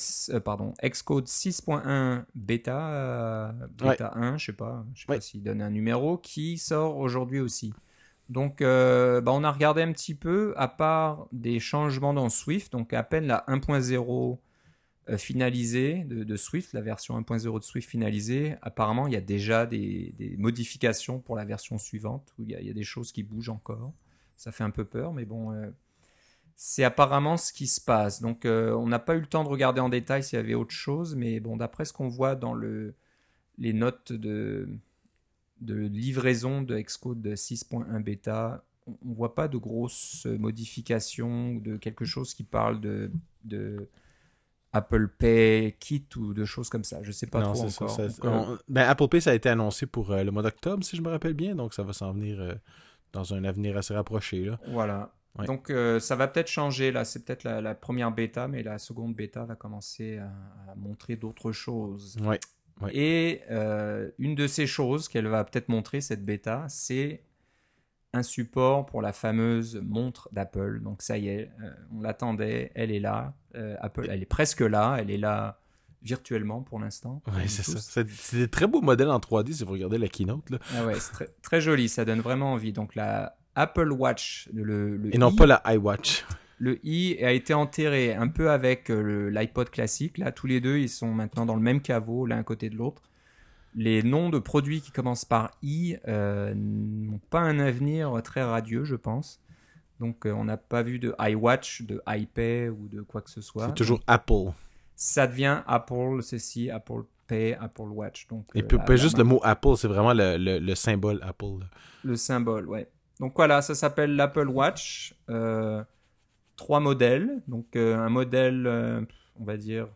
Xcode 6.1 bêta 1, je sais pas s'il donne un numéro qui sort aujourd'hui aussi. Donc on a regardé un petit peu à part des changements dans Swift, donc à peine la 1.0 finalisée de Swift, la version 1.0 de Swift finalisée. Apparemment, il y a déjà des modifications pour la version suivante où il y a des choses qui bougent encore. Ça fait un peu peur, mais bon, c'est apparemment ce qui se passe. Donc, on n'a pas eu le temps de regarder en détail s'il y avait autre chose, mais bon, d'après ce qu'on voit dans les notes de livraison de Xcode 6.1 bêta, on ne voit pas de grosses modifications ou de quelque chose qui parle de Apple Pay Kit ou de choses comme ça. Je sais pas trop encore. Apple Pay, ça a été annoncé pour le mois d'octobre, si je me rappelle bien, donc ça va s'en venir dans un avenir assez rapproché. Là. Voilà. Ouais. Donc ça va peut-être changer. Là, c'est peut-être la première bêta, mais la seconde bêta va commencer à montrer d'autres choses. Ouais. Ouais. Et une de ces choses qu'elle va peut-être montrer, cette bêta, c'est un support pour la fameuse montre d'Apple. Donc ça y est, on l'attendait, elle est là. Apple, elle est presque là, elle est là virtuellement pour l'instant. Oui, c'est ça. C'est des très beaux modèles en 3D si vous regardez la keynote. Là. Ah ouais, c'est très, très joli, ça donne vraiment envie. Donc la Apple Watch, et non pas la iWatch. Le i a été enterré un peu avec l'iPod classique. Là, tous les deux, ils sont maintenant dans le même caveau, l'un à côté de l'autre. Les noms de produits qui commencent par i n'ont pas un avenir très radieux, je pense. Donc, on n'a pas vu de iWatch, de iPay ou de quoi que ce soit. C'est toujours Apple. Ça devient Apple, ceci, Apple Pay, Apple Watch. Donc, et pas juste le mot Apple, c'est vraiment le symbole Apple. Là. Le symbole, ouais. Donc voilà, ça s'appelle l'Apple Watch. 3 modèles. Donc un modèle, on va dire,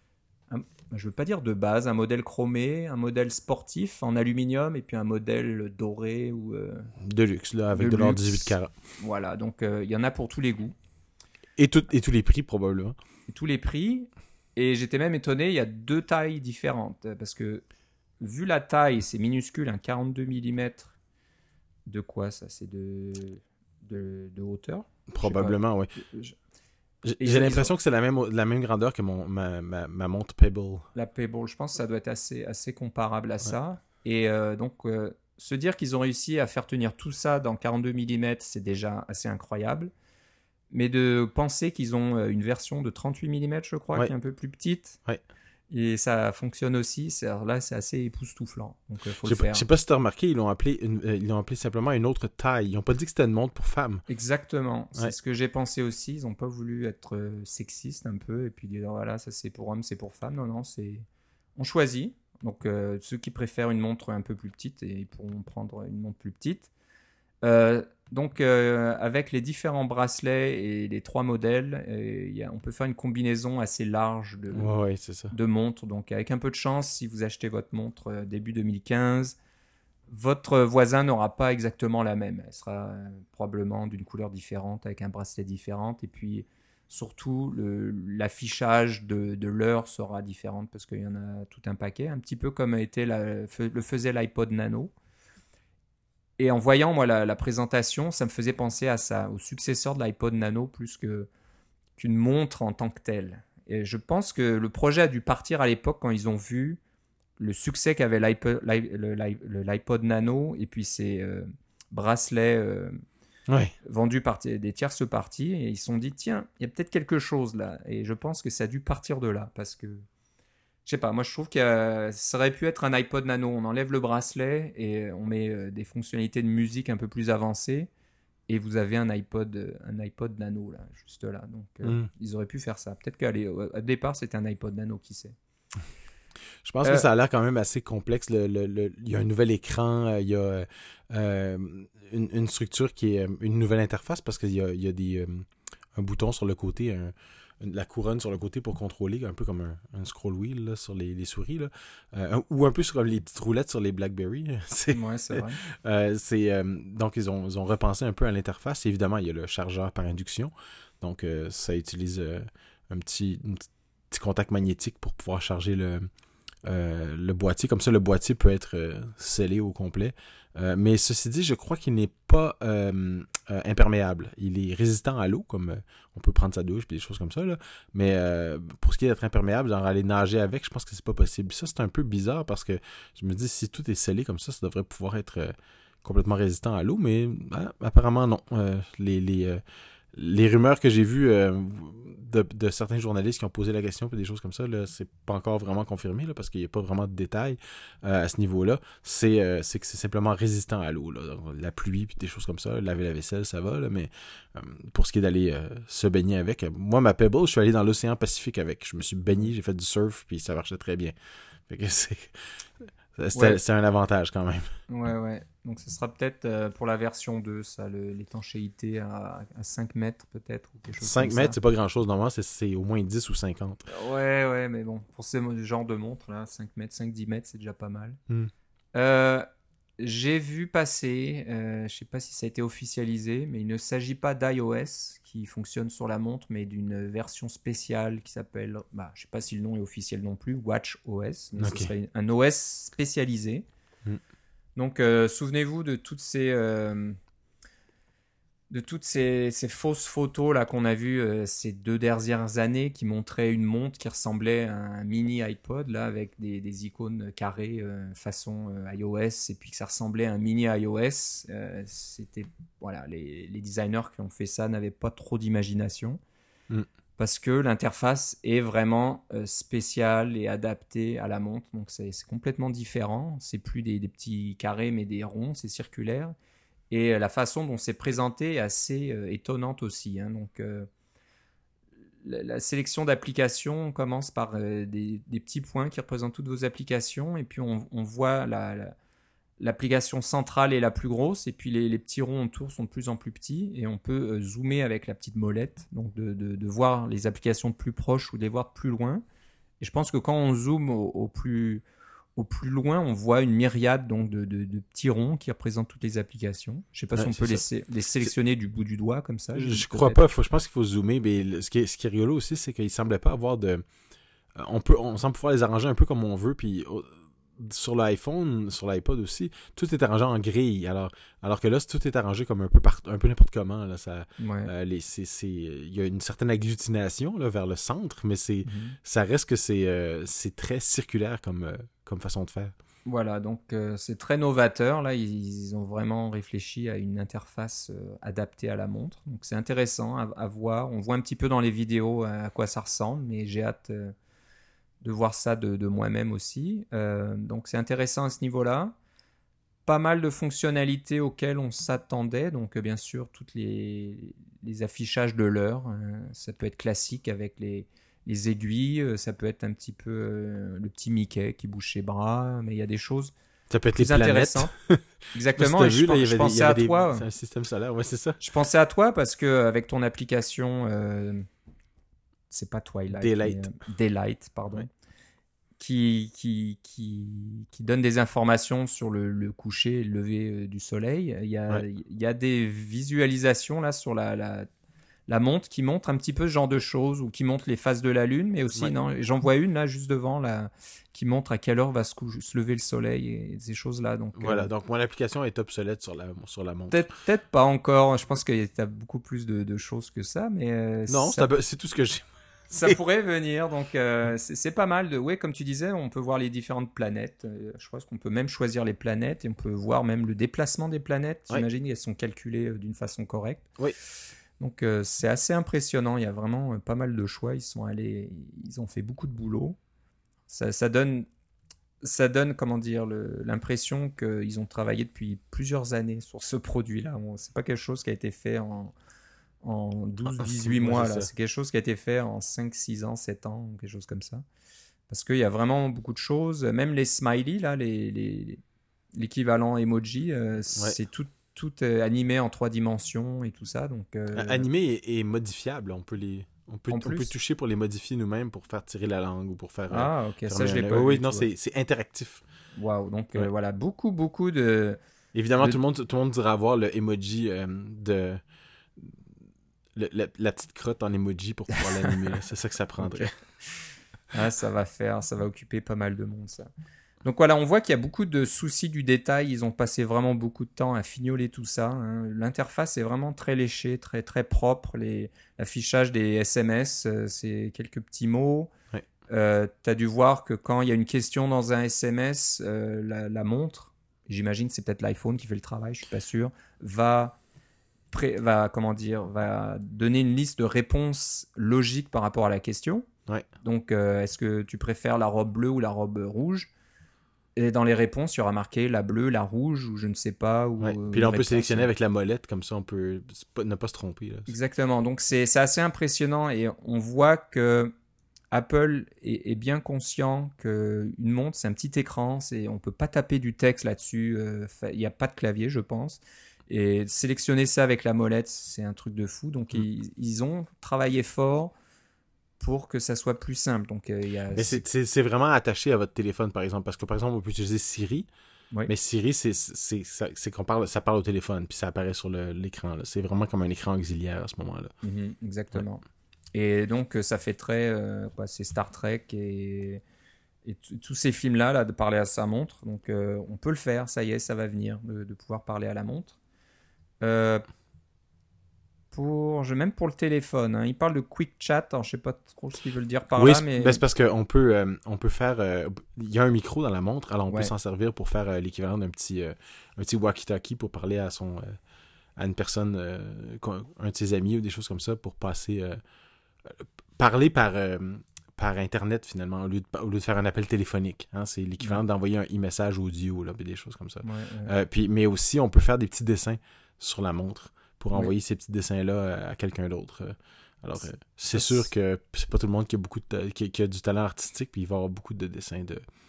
je veux pas dire de base, un modèle chromé, un modèle sportif en aluminium et puis un modèle doré ou de luxe là, avec de l'or 18 carats. Voilà, donc il y en a pour tous les goûts. Et tous les prix probablement. Et tous les prix. Et j'étais même étonné, il y a 2 tailles différentes parce que vu la taille, c'est minuscule, un 42 mm. De quoi ça? C'est de hauteur? Probablement, oui. J'ai l'impression que c'est la même grandeur que ma montre Pebble. La Pebble, je pense que ça doit être assez comparable à ça. Et donc, se dire qu'ils ont réussi à faire tenir tout ça dans 42 mm, c'est déjà assez incroyable. Mais de penser qu'ils ont une version de 38 mm, je crois, qui est un peu plus petite. Ouais. Et ça fonctionne aussi. Là, c'est assez époustouflant. Donc, faut le faire. Je sais pas si tu as remarqué, ils l'ont appelé simplement une autre taille. Ils n'ont pas dit que c'était une montre pour femmes. Exactement. C'est ce que j'ai pensé aussi. Ils n'ont pas voulu être sexistes un peu et puis dire voilà, ça c'est pour hommes, c'est pour femmes. Non, on choisit. Donc, ceux qui préfèrent une montre un peu plus petite, ils pourront prendre une montre plus petite. Donc, avec les différents bracelets et les 3 modèles, on peut faire une combinaison assez large de montres. Donc, avec un peu de chance, si vous achetez votre montre début 2015, votre voisin n'aura pas exactement la même. Elle sera probablement d'une couleur différente, avec un bracelet différent. Et puis, surtout, l'affichage de l'heure sera différente parce qu'il y en a tout un paquet, un petit peu comme le faisait l'iPod Nano. Et en voyant, moi, la présentation, ça me faisait penser à ça, au successeur de l'iPod Nano, plus qu'une montre en tant que telle. Et je pense que le projet a dû partir à l'époque quand ils ont vu le succès qu'avait l'iPod Nano et puis ces bracelets Ouais. vendus par des tierces parties. Et ils se sont dit, tiens, il y a peut-être quelque chose là. Et je pense que ça a dû partir de là parce que je sais pas, moi je trouve que ça aurait pu être un iPod Nano. On enlève le bracelet et on met des fonctionnalités de musique un peu plus avancées. Et vous avez un iPod Nano là, juste là. Donc ils auraient pu faire ça. Peut-être qu'à départ c'était un iPod Nano, qui sait. Je pense que ça a l'air quand même assez complexe. Il y a un nouvel écran, il y a une structure qui est une nouvelle interface parce qu'il y a un bouton sur le côté, la couronne sur le côté pour contrôler, un peu comme un scroll wheel là, sur les souris, là. Ou un peu comme les petites roulettes sur les BlackBerry. Ouais, c'est vrai. Donc, ils ont repensé un peu à l'interface. Évidemment, il y a le chargeur par induction. Donc, ça utilise un petit contact magnétique pour pouvoir charger le boîtier. Comme ça, le boîtier peut être scellé au complet. Mais ceci dit, je crois qu'il n'est pas imperméable. Il est résistant à l'eau, comme on peut prendre sa douche et des choses comme ça. Là. Mais pour ce qui est d'être imperméable, genre aller nager avec, je pense que c'est pas possible. Ça, c'est un peu bizarre parce que je me dis, si tout est scellé comme ça devrait pouvoir être complètement résistant à l'eau. Mais apparemment, non. Les rumeurs que j'ai vues de certains journalistes qui ont posé la question et des choses comme ça, là, c'est pas encore vraiment confirmé là, parce qu'il n'y a pas vraiment de détails à ce niveau-là. C'est que c'est simplement résistant à l'eau. Là. Donc, la pluie et des choses comme ça, laver la vaisselle, ça va. Là, mais pour ce qui est d'aller se baigner avec, moi, ma Pebble, je suis allé dans l'océan Pacifique avec. Je me suis baigné, j'ai fait du surf puis ça marchait très bien. Fait que c'est un avantage quand même. Ouais. Donc ce sera peut-être pour la version 2, ça, l'étanchéité à 5 mètres peut-être, ou quelque chose 5 comme mètres, ça. c'est pas grand-chose. Normalement, c'est au moins 10 ou 50. Ouais, mais bon, pour ce genre de montre, là, 5 mètres, 5-10 mètres, c'est déjà pas mal. Hmm. J'ai vu passer, je sais pas si ça a été officialisé, mais il ne s'agit pas d'iOS qui fonctionne sur la montre, mais d'une version spéciale qui s'appelle, je sais pas si le nom est officiel non plus, WatchOS, mais ce serait un OS spécialisé. Donc, souvenez-vous de toutes ces fausses photos là qu'on a vues ces 2 dernières années qui montraient une montre qui ressemblait à un mini iPod là avec des icônes carrées façon iOS, et puis que ça ressemblait à un mini iOS. C'était voilà, les designers qui ont fait ça n'avaient pas trop d'imagination. Parce que l'interface est vraiment spéciale et adaptée à la montre. Donc c'est complètement différent. C'est plus des petits carrés, mais des ronds, c'est circulaire. Et la façon dont c'est présenté est assez étonnante aussi. Hein. Donc la sélection d'applications commence par des petits points qui représentent toutes vos applications. Et puis on voit l'application centrale est la plus grosse, et puis les petits ronds autour sont de plus en plus petits, et on peut zoomer avec la petite molette, donc de voir les applications de plus proche ou de les voir de plus loin. Et je pense que quand on zoome au plus loin, on voit une myriade donc de petits ronds qui représentent toutes les applications. Je ne sais pas si on peut les sélectionner du bout du doigt comme ça. Je crois pas. Je pense qu'il faut zoomer. Mais ce qui est rigolo aussi, c'est qu'il semblait pas avoir de... On semble pouvoir les arranger un peu comme on veut, puis... Sur l'iPhone, sur l'iPod aussi, tout est arrangé en grille. Alors que là, tout est arrangé comme un peu n'importe comment. Là, il y a une certaine agglutination là, vers le centre, mais ça reste que c'est très circulaire comme façon de faire. Voilà, donc c'est très novateur. Là, ils ont vraiment réfléchi à une interface adaptée à la montre. Donc c'est intéressant à voir. On voit un petit peu dans les vidéos à quoi ça ressemble, mais j'ai hâte... de voir ça de moi-même aussi. Donc c'est intéressant à ce niveau-là. Pas mal de fonctionnalités auxquelles on s'attendait. Donc bien sûr, toutes les affichages de l'heure. Ça peut être classique avec les aiguilles. Ça peut être un petit peu le petit Mickey qui bouge ses bras. Mais il y a des choses ça peut être plus les intéressantes. Exactement. Je pensais à toi. C'est un système solaire, ouais, c'est ça. Je pensais à toi parce qu'avec ton application... c'est pas Twilight. Daylight. Daylight, pardon. Ouais. qui donne des informations sur le coucher et le lever du soleil. Il y a des visualisations là sur la montre qui montre un petit peu ce genre de choses, ou qui montre les phases de la lune, mais aussi, non, j'en vois une là juste devant là, qui montre à quelle heure va se lever le soleil et ces choses-là. Donc, Voilà, donc mon application est obsolète sur la montre. peut-être pas encore, je pense qu'il y a beaucoup plus de choses que ça, mais Non, c'est tout ce que j'ai. ça pourrait venir, donc c'est pas mal. Ouais, comme tu disais, on peut voir les différentes planètes. Je pense qu'on peut même choisir les planètes et on peut voir même le déplacement des planètes. J'imagine qu'elles sont calculées d'une façon correcte. Oui. Donc c'est assez impressionnant. Il y a vraiment pas mal de choix. Ils ont fait beaucoup de boulot. Ça donne, comment dire, l'impression qu'ils ont travaillé depuis plusieurs années sur ce produit-là. C'est pas quelque chose qui a été fait en 12-18 mois. Là. C'est quelque chose qui a été fait en 5-6 ans, 7 ans, quelque chose comme ça. Parce qu'il y a vraiment beaucoup de choses. Même les smileys, là, l'équivalent emoji, c'est tout animé en 3 dimensions et tout ça. Donc, animé et modifiable. On peut toucher pour les modifier nous-mêmes, pour faire tirer la langue ou pour faire... ok, ça je l'ai pas vu. Oui, non, c'est interactif. Waouh, donc voilà, beaucoup de... Évidemment, tout le monde dira avoir le emoji de... La petite crotte en emoji pour pouvoir l'animer. C'est ça que ça prendrait. Okay. Ça va occuper pas mal de monde, ça. Donc voilà, on voit qu'il y a beaucoup de soucis du détail. Ils ont passé vraiment beaucoup de temps à fignoler tout ça. Hein. L'interface est vraiment très léchée, très, très propre. L'affichage des SMS, c'est quelques petits mots. Ouais. Tu as dû voir que quand il y a une question dans un SMS, la montre, j'imagine c'est peut-être l'iPhone qui fait le travail, je suis pas sûr, va donner une liste de réponses logiques par rapport à la question. Ouais. Donc, est-ce que tu préfères la robe bleue ou la robe rouge ? Et dans les réponses, il y aura marqué la bleue, la rouge, ou je ne sais pas. Puis là, on peut sélectionner avec la molette, comme ça, on peut ne pas se tromper. Là. Exactement. Donc, c'est assez impressionnant et on voit que Apple est bien conscient qu'une montre, c'est un petit écran, on ne peut pas taper du texte là-dessus. Il n'y a pas de clavier, je pense. Et sélectionner ça avec la molette, c'est un truc de fou. Donc, ils ont travaillé fort pour que ça soit plus simple. Donc, mais c'est vraiment attaché à votre téléphone, par exemple. Parce que, par exemple, on peut utiliser Siri. Oui. Mais Siri, ça parle au téléphone, puis ça apparaît sur l'écran. Là. C'est vraiment comme un écran auxiliaire à ce moment-là. Exactement. Ouais. Et donc, ça fait très... c'est Star Trek et tous ces films-là, là, de parler à sa montre. Donc, on peut le faire. Ça y est, ça va venir, de pouvoir parler à la montre. Même pour le téléphone, hein. Il parle de quick chat, alors je sais pas trop ce qu'ils veulent dire par là, mais... c'est parce qu'on peut faire... Il y a un micro dans la montre, alors on peut s'en servir pour faire l'équivalent d'un petit walkie-talkie pour parler à une personne, un de ses amis ou des choses comme ça, pour parler par Internet, finalement, au lieu de faire un appel téléphonique. Hein. C'est l'équivalent d'envoyer un e-message audio, là, des choses comme ça. Mais aussi, on peut faire des petits dessins sur la montre pour envoyer ces petits dessins-là à quelqu'un d'autre. Alors, c'est sûr que c'est pas tout le monde qui a du talent artistique, puis il va y avoir beaucoup de dessins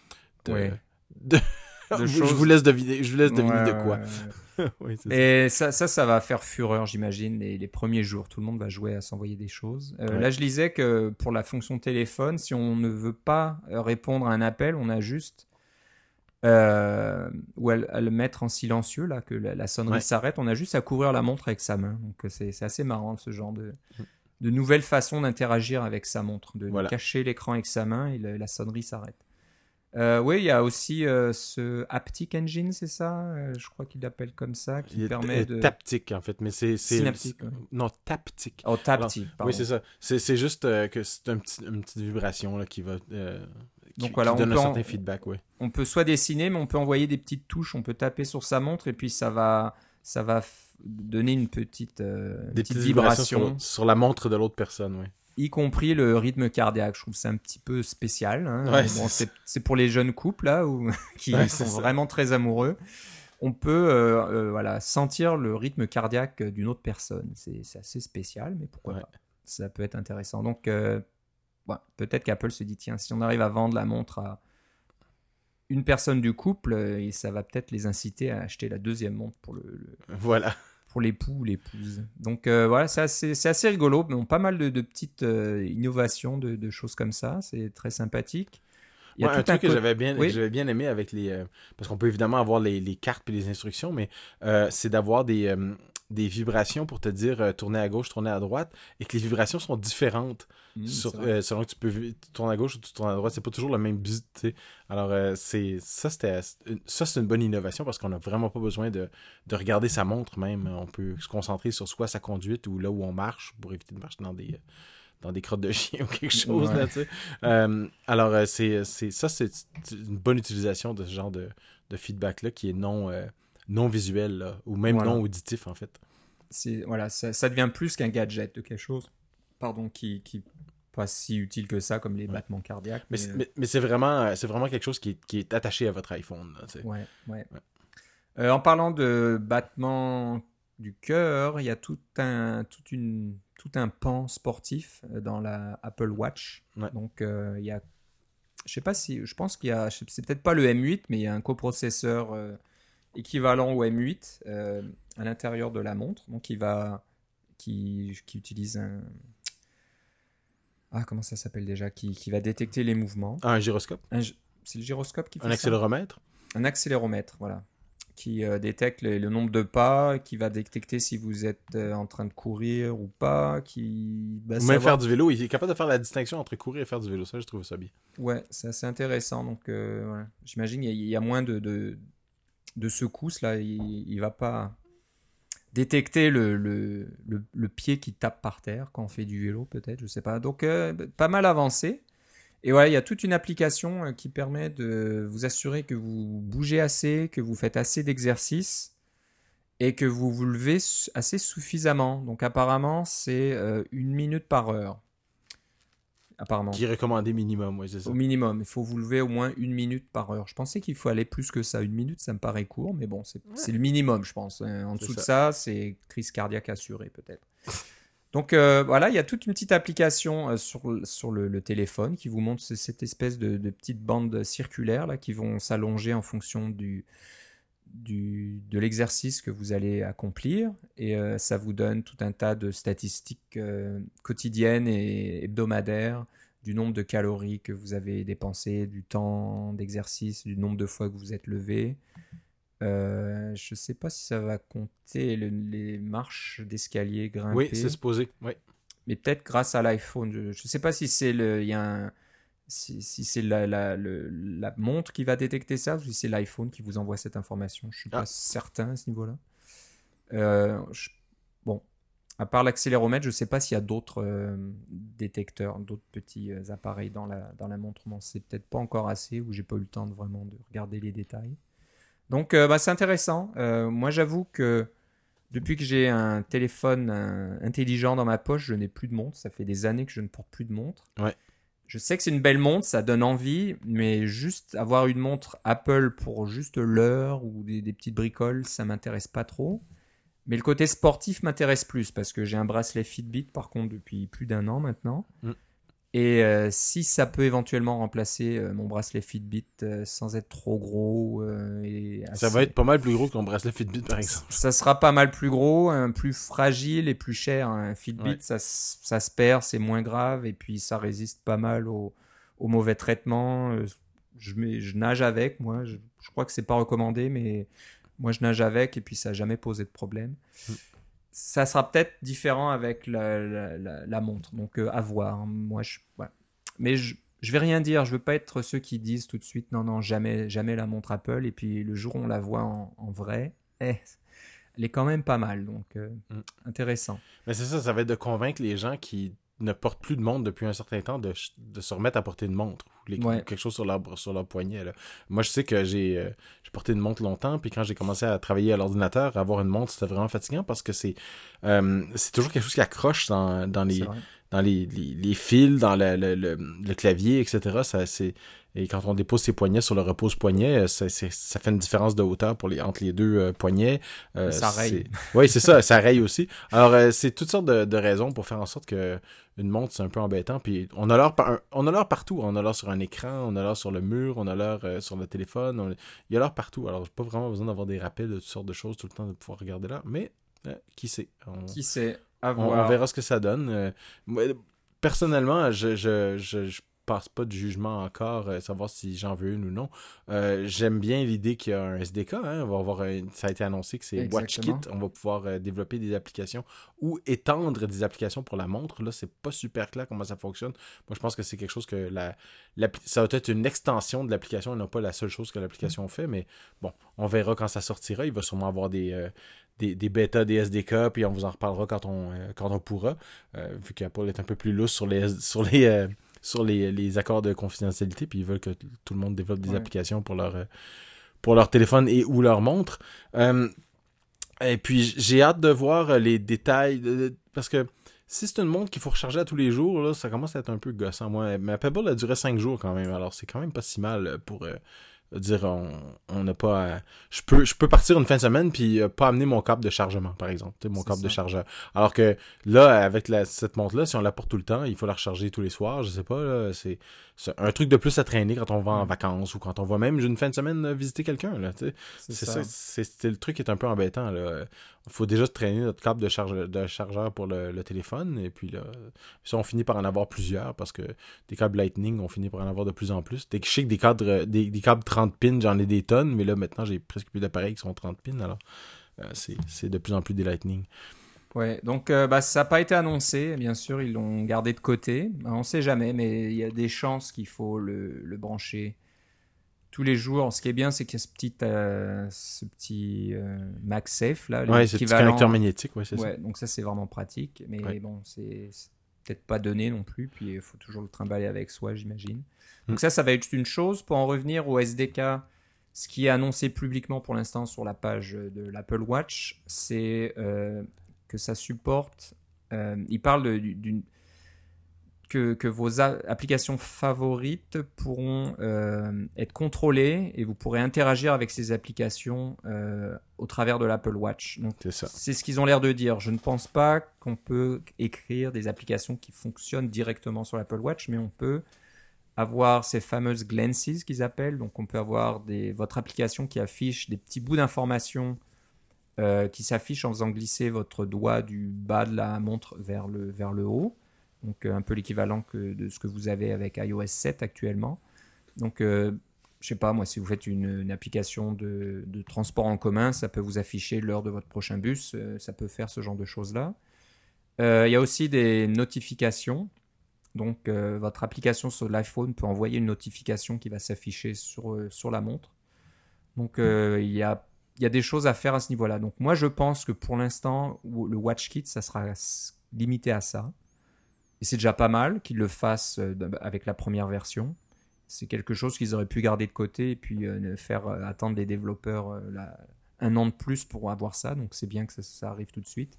je vous laisse deviner de quoi. Oui, et ça va faire fureur, j'imagine, les premiers jours. Tout le monde va jouer à s'envoyer des choses. Là, je lisais que pour la fonction téléphone, si on ne veut pas répondre à un appel, on a juste... ou à le mettre en silencieux, là, que la sonnerie s'arrête, on a juste à couvrir la montre avec sa main. Donc c'est assez marrant, ce genre de nouvelle façon d'interagir avec sa montre, de cacher l'écran avec sa main et la sonnerie s'arrête. Oui, il y a aussi ce Haptic Engine, c'est ça, je crois qu'il l'appelle comme ça, qui permet de... Taptique, en fait, mais c'est... Synaptique. Non, taptique. Oh, taptique, pardon. Oui, c'est ça. C'est juste que c'est une petite vibration là, qui va... Donc voilà, qui donne un certain feedback, oui. On peut soit dessiner, mais on peut envoyer des petites touches. On peut taper sur sa montre et puis ça va donner une petite vibration sur la montre de l'autre personne, oui. Y compris le rythme cardiaque. Je trouve que c'est un petit peu spécial. Hein. Ouais, c'est pour les jeunes couples là qui sont vraiment très amoureux. On peut sentir le rythme cardiaque d'une autre personne. C'est assez spécial, mais pourquoi pas. Ça peut être intéressant. Donc peut-être qu'Apple se dit, tiens, si on arrive à vendre la montre à une personne du couple, et ça va peut-être les inciter à acheter la deuxième montre pour pour l'époux ou l'épouse. Donc c'est assez rigolo. Mais on a pas mal de petites innovations, de choses comme ça. C'est très sympathique. Il y a Un tout un truc que code. j'avais bien, que Oui. j'avais bien aimé avec parce qu'on peut évidemment avoir les cartes et les instructions, mais c'est d'avoir des vibrations pour te dire tourner à gauche, tourner à droite, et que les vibrations sont différentes C'est vrai. selon que tu peux tourner à gauche ou tu tournes à droite. C'est pas toujours le même bzz, tu sais. Alors, c'est une bonne innovation parce qu'on n'a vraiment pas besoin de regarder sa montre même. On peut se concentrer sur soit sa conduite ou là où on marche pour éviter de marcher dans des crottes de chien ou quelque chose, Ouais. là, tu sais. Alors, c'est une bonne utilisation de ce genre de feedback-là qui est non visuel, là, ou même non Voilà. auditif, en fait. Voilà, ça devient plus qu'un gadget de quelque chose, pardon, qui pas si utile que ça comme les Ouais. battements cardiaques, Mais, mais mais c'est vraiment quelque chose qui est attaché à votre iPhone, là, tu sais. ouais, ouais. Ouais. En parlant de battements du cœur, il y a tout un pan sportif dans la Apple Watch. Ouais. Donc, il y a, je sais pas si, je pense qu'il y a, c'est peut-être pas le M8, mais il y a un coprocesseur équivalent au M8 à l'intérieur de la montre. Donc, qui utilise comment ça s'appelle déjà, qui va détecter les mouvements. Ah, un gyroscope, C'est le gyroscope qui un fait ça? accéléromètre. Un accéléromètre, voilà, qui détecte le nombre de pas, qui va détecter si vous êtes en train de courir ou pas, qui va Ou même faire savoir. du vélo. Il est capable de faire la distinction entre courir et faire du vélo. Ça, je trouve ça bien. Ouais, c'est assez intéressant. Donc, voilà. J'imagine il y a moins de secousses là. Il va pas détecter le pied qui tape par terre quand on fait du vélo, peut-être, je sais pas. Donc, pas mal avancé. Et ouais, il y a toute une application qui permet de vous assurer que vous bougez assez, que vous faites assez d'exercices et que vous vous levez assez suffisamment. Donc apparemment, c'est 1 minute par heure. Apparemment. Qui est recommandé minimum, oui, c'est Au ça. minimum, il faut vous lever au moins 1 minute par heure. Je pensais qu'il faut aller plus que ça. 1 minute, ça me paraît court, mais bon, Ouais, c'est le minimum, je pense. En c'est dessous de ça. ça, c'est crise cardiaque assurée, peut-être. Donc voilà, il y a toute une petite application sur le téléphone qui vous montre cette espèce de petites bandes circulaires là, qui vont s'allonger en fonction de l'exercice que vous allez accomplir. Et ça vous donne tout un tas de statistiques quotidiennes et hebdomadaires du nombre de calories que vous avez dépensé, du temps d'exercice, du nombre de fois que vous êtes levé. Je ne sais pas si ça va compter les marches d'escalier Oui, c'est grimpées, supposé. Oui. mais peut-être grâce à l'iPhone. Je ne sais pas si c'est il y a si c'est la montre qui va détecter ça ou si c'est l'iPhone qui vous envoie cette information. Je ne suis pas Ah, certain à ce niveau-là. Euh, je- bon, à part l'accéléromètre, je ne sais pas s'il y a d'autres détecteurs, d'autres petits appareils dans la montre. Bon, c'est peut-être pas encore assez ou j'ai pas eu le temps de vraiment de regarder les détails. Donc, bah, c'est intéressant. Moi, j'avoue que depuis que j'ai un téléphone intelligent dans ma poche, je n'ai plus de montre. Ça fait des années que je ne porte plus de montre. ouais. Je sais que c'est une belle montre, ça donne envie, mais juste avoir une montre Apple pour juste l'heure ou des petites bricoles, ça m'intéresse pas trop. Mais le côté sportif m'intéresse plus parce que j'ai un bracelet Fitbit par contre depuis plus d'1 an maintenant. Mm. Et si ça peut éventuellement remplacer mon bracelet Fitbit sans être trop gros et Ça va être assez. pas mal plus gros que ton bracelet Fitbit, par exemple. Ça sera pas mal plus gros, plus fragile et plus cher. Un Fitbit, Ouais. ça se perd, c'est moins grave et puis ça résiste pas mal au mauvais traitement. Je nage avec, moi. Je crois que c'est pas recommandé, mais moi je nage avec et puis ça n'a jamais posé de problème. Mm. Ça sera peut-être différent avec la montre, donc à voir. Moi, ouais. Mais je vais rien dire. Je veux pas être ceux qui disent tout de suite non, non, jamais, jamais la montre Apple. Et puis le jour où on la voit en vrai, elle est quand même pas mal. Donc Mm. intéressant. Mais c'est ça, ça va être de convaincre les gens qui ne portent plus de montre depuis un certain temps de se remettre à porter une montre ou Ouais, quelque chose sur leur poignet. Là. Moi, je sais que j'ai porté une montre longtemps, puis quand j'ai commencé à travailler à l'ordinateur, avoir une montre, c'était vraiment fatigant parce que c'est toujours quelque chose qui accroche c'est vrai. dans les fils, dans le clavier, etc. Et quand on dépose ses poignets sur le repose-poignet, ça fait une différence de hauteur entre les deux poignets. Et ça raye. Oui, c'est ça, ça raye aussi. Alors, c'est toutes sortes de raisons pour faire en sorte que une montre, c'est un peu embêtant. Puis, on a l'heure partout. On a l'heure sur un écran, on a l'heure sur le mur, on a l'heure sur le téléphone. Il y a l'heure partout. Alors, j'ai pas vraiment besoin d'avoir des rappels de toutes sortes de choses tout le temps de pouvoir regarder l'heure. Mais, qui sait? Qui sait? À On voir. verra ce que ça donne. Moi, personnellement, passe pas de jugement encore, savoir si j'en veux une ou non. J'aime bien l'idée qu'il y a un SDK. Hein. On va avoir ça a été annoncé que c'est WatchKit. Exactement. On va pouvoir développer des applications ou étendre des applications pour la montre. Là, c'est pas super clair comment ça fonctionne. Moi, je pense que c'est quelque chose que ça va être une extension de l'application et non pas la seule chose que l'application fait. Mais bon, on verra quand ça sortira. Il va sûrement avoir des bêtas, des SDK, puis on vous en reparlera quand on pourra. Vu qu'Apple est un peu plus lousse sur les accords de confidentialité, puis ils veulent que tout le monde développe des Ouais. applications pour leur téléphone et ou leur montre. Et puis, j'ai hâte de voir les détails, parce que si c'est une montre qu'il faut recharger à tous les jours, là, ça commence à être un peu gossant. Moi, ma Pebble a duré 5 jours quand même, alors c'est quand même pas si mal pour dire on n'a pas je peux partir une fin de semaine puis pas amener mon câble de chargement par exemple, tu sais, mon C'est câble de ça. chargeur, alors que là avec cette montre là, si on la porte tout le temps, il faut la recharger tous les soirs, je sais pas là, c'est un truc de plus à traîner quand on va en Ouais. vacances ou quand on va même une fin de semaine visiter quelqu'un là, tu sais. C'est C'est ça, ça. c'est le truc qui est un peu embêtant là. Faut déjà traîner notre câble de chargeur pour le téléphone, et puis là ça on finit par en avoir plusieurs parce que des câbles Lightning, on finit par en avoir de plus en plus. Dès que je sais que des câbles 30 pins, j'en ai des tonnes, mais là, maintenant, j'ai presque plus d'appareils qui sont 30 pins, alors c'est de plus en plus des Lightning. Ouais, donc bah, ça n'a pas été annoncé, bien sûr, ils l'ont gardé de côté. On ne sait jamais, mais il y a des chances qu'il faut le brancher tous les jours. Ce qui est bien, c'est qu'il y a ce petit MagSafe, là, Ouais, ce petit connecteur l'équivalent. magnétique, ouais, c'est ça. Ouais, donc ça, c'est vraiment pratique. Mais Ouais. bon, c'est peut-être pas donné non plus. Puis il faut toujours le trimballer avec soi, j'imagine. Hmm. Donc ça va être une chose. Pour en revenir au SDK, ce qui est annoncé publiquement pour l'instant sur la page de l'Apple Watch, c'est que ça supporte. Il parle d'une que vos applications favorites pourront être contrôlées et vous pourrez interagir avec ces applications au travers de l'Apple Watch. Donc, C'est ça. c'est ce qu'ils ont l'air de dire. Je ne pense pas qu'on peut écrire des applications qui fonctionnent directement sur l'Apple Watch, mais on peut avoir ces fameuses glances qu'ils appellent. Donc, on peut avoir votre application qui affiche des petits bouts d'informations qui s'affichent en faisant glisser votre doigt du bas de la montre vers le haut. Donc un peu l'équivalent de ce que vous avez avec iOS 7 actuellement. Donc je sais pas, moi, si vous faites une application de transport en commun, ça peut vous afficher l'heure de votre prochain bus, ça peut faire ce genre de choses-là. Il y a aussi des notifications. Donc votre application sur l'iPhone peut envoyer une notification qui va s'afficher sur la montre. Donc il y a des choses à faire à ce niveau-là. Donc moi je pense que pour l'instant, le WatchKit, ça sera limité à ça. Et c'est déjà pas mal qu'ils le fassent avec la première version. C'est quelque chose qu'ils auraient pu garder de côté et puis faire attendre les développeurs un an de plus pour avoir ça. Donc c'est bien que ça arrive tout de suite.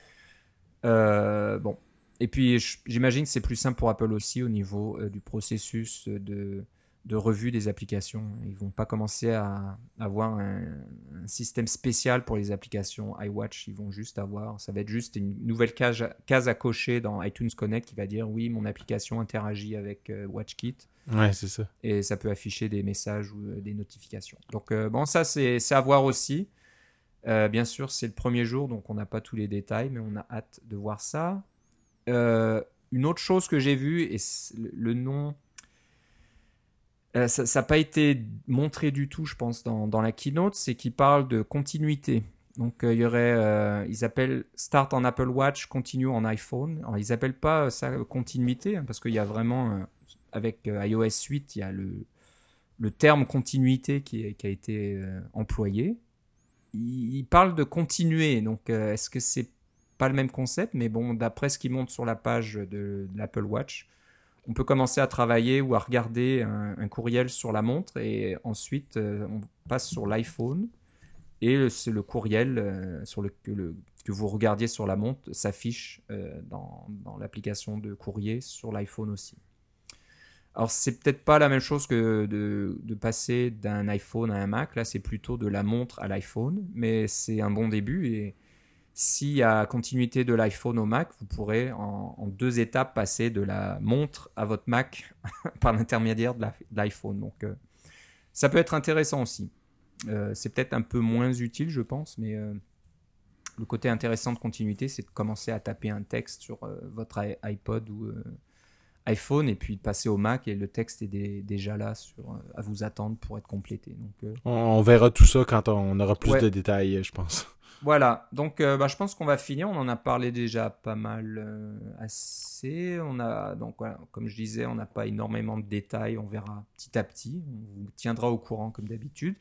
Bon. Et puis j'imagine que c'est plus simple pour Apple aussi au niveau du processus de revue des applications. Ils vont pas commencer à avoir un système spécial pour les applications iWatch. Ils vont juste ça va être juste une nouvelle case à cocher dans iTunes Connect qui va dire oui, mon application interagit avec WatchKit Ouais, c'est ça. et ça peut afficher des messages ou des notifications. Donc bon, ça c'est à voir aussi. Bien sûr, c'est le premier jour, donc on n'a pas tous les détails, mais on a hâte de voir ça. Une autre chose que j'ai vue, et le nom, ça n'a pas été montré du tout, je pense, dans la keynote, c'est qu'ils parlent de continuité. Donc il y aurait, ils appellent Start en Apple Watch, Continue en iPhone. Alors ils appellent pas ça continuité, hein, parce qu'il y a vraiment, avec iOS 8, il y a le terme continuité qui a été employé. Ils parlent de continuer, donc est-ce que c'est pas le même concept? Mais bon, d'après ce qui montre sur la page de l'Apple Watch, on peut commencer à travailler ou à regarder un courriel sur la montre et ensuite on passe sur l'iPhone et c'est le courriel que vous regardiez sur la montre s'affiche dans l'application de courrier sur l'iPhone aussi. Alors c'est peut-être pas la même chose que de passer d'un iPhone à un Mac, là c'est plutôt de la montre à l'iPhone, mais c'est un bon début et s'il y a continuité de l'iPhone au Mac, vous pourrez en 2 étapes passer de la montre à votre Mac par l'intermédiaire de l'iPhone. Donc ça peut être intéressant aussi. C'est peut-être un peu moins utile, je pense, mais le côté intéressant de continuité, c'est de commencer à taper un texte sur votre iPod ou iPhone et puis de passer au Mac et le texte est déjà là à vous attendre pour être complété. Donc, On verra tout ça quand on aura plus ouais. de détails, je pense. Voilà, donc je pense qu'on va finir. On en a parlé déjà pas mal assez. Donc voilà, comme je disais, on n'a pas énormément de détails. On verra petit à petit. On vous tiendra au courant comme d'habitude.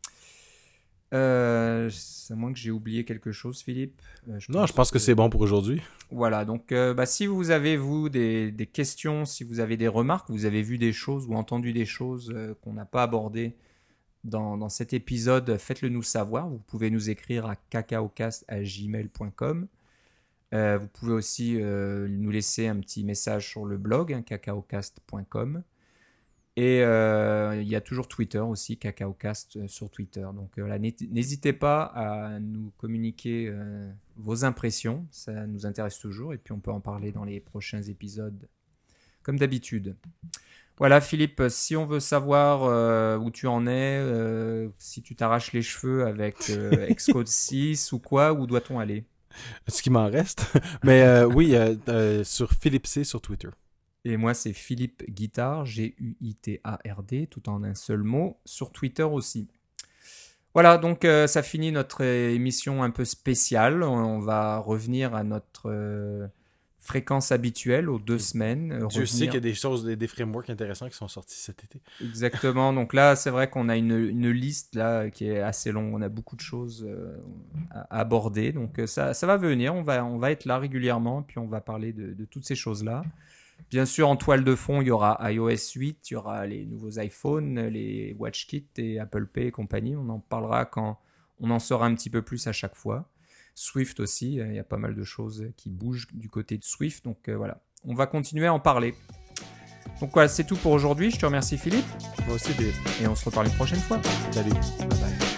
À moins que j'ai oublié quelque chose, Philippe. Non, je pense que c'est bon pour aujourd'hui. Voilà, donc si vous avez, vous, des questions, si vous avez des remarques, vous avez vu des choses ou entendu des choses qu'on n'a pas abordées dans cet épisode, faites-le nous savoir. Vous pouvez nous écrire à cacaocast@gmail.com. Vous pouvez aussi nous laisser un petit message sur le blog, cacaocast.com. Et il y a toujours Twitter aussi, cacaocast sur Twitter. Donc n'hésitez pas à nous communiquer vos impressions, ça nous intéresse toujours. Et puis on peut en parler dans les prochains épisodes, comme d'habitude. Voilà Philippe, si on veut savoir où tu en es, si tu t'arraches les cheveux avec Xcode 6 ou quoi, où doit-on aller? Ce qui m'en reste. Mais oui, sur Philippe C sur Twitter. Et moi c'est Philippe Guittard, Guitard, tout en un seul mot, sur Twitter aussi. Voilà, donc ça finit notre émission un peu spéciale. On va revenir à notre fréquence habituelle aux 2 semaines. Dieu sait qu'il y a des choses, des frameworks intéressants qui sont sortis cet été. Exactement. Donc là, c'est vrai qu'on a une liste là qui est assez longue. On a beaucoup de choses à aborder. Donc ça va venir. On va être là régulièrement. Puis on va parler de toutes ces choses-là. Bien sûr, en toile de fond, il y aura iOS 8, il y aura les nouveaux iPhones, les WatchKit et Apple Pay et compagnie. On en parlera quand on en saura un petit peu plus à chaque fois. Swift aussi, il y a pas mal de choses qui bougent du côté de Swift. Donc voilà, on va continuer à en parler. Donc voilà, c'est tout pour aujourd'hui. Je te remercie Philippe. Moi aussi, Philippe. Et on se reparle une prochaine fois. Salut. Bye bye.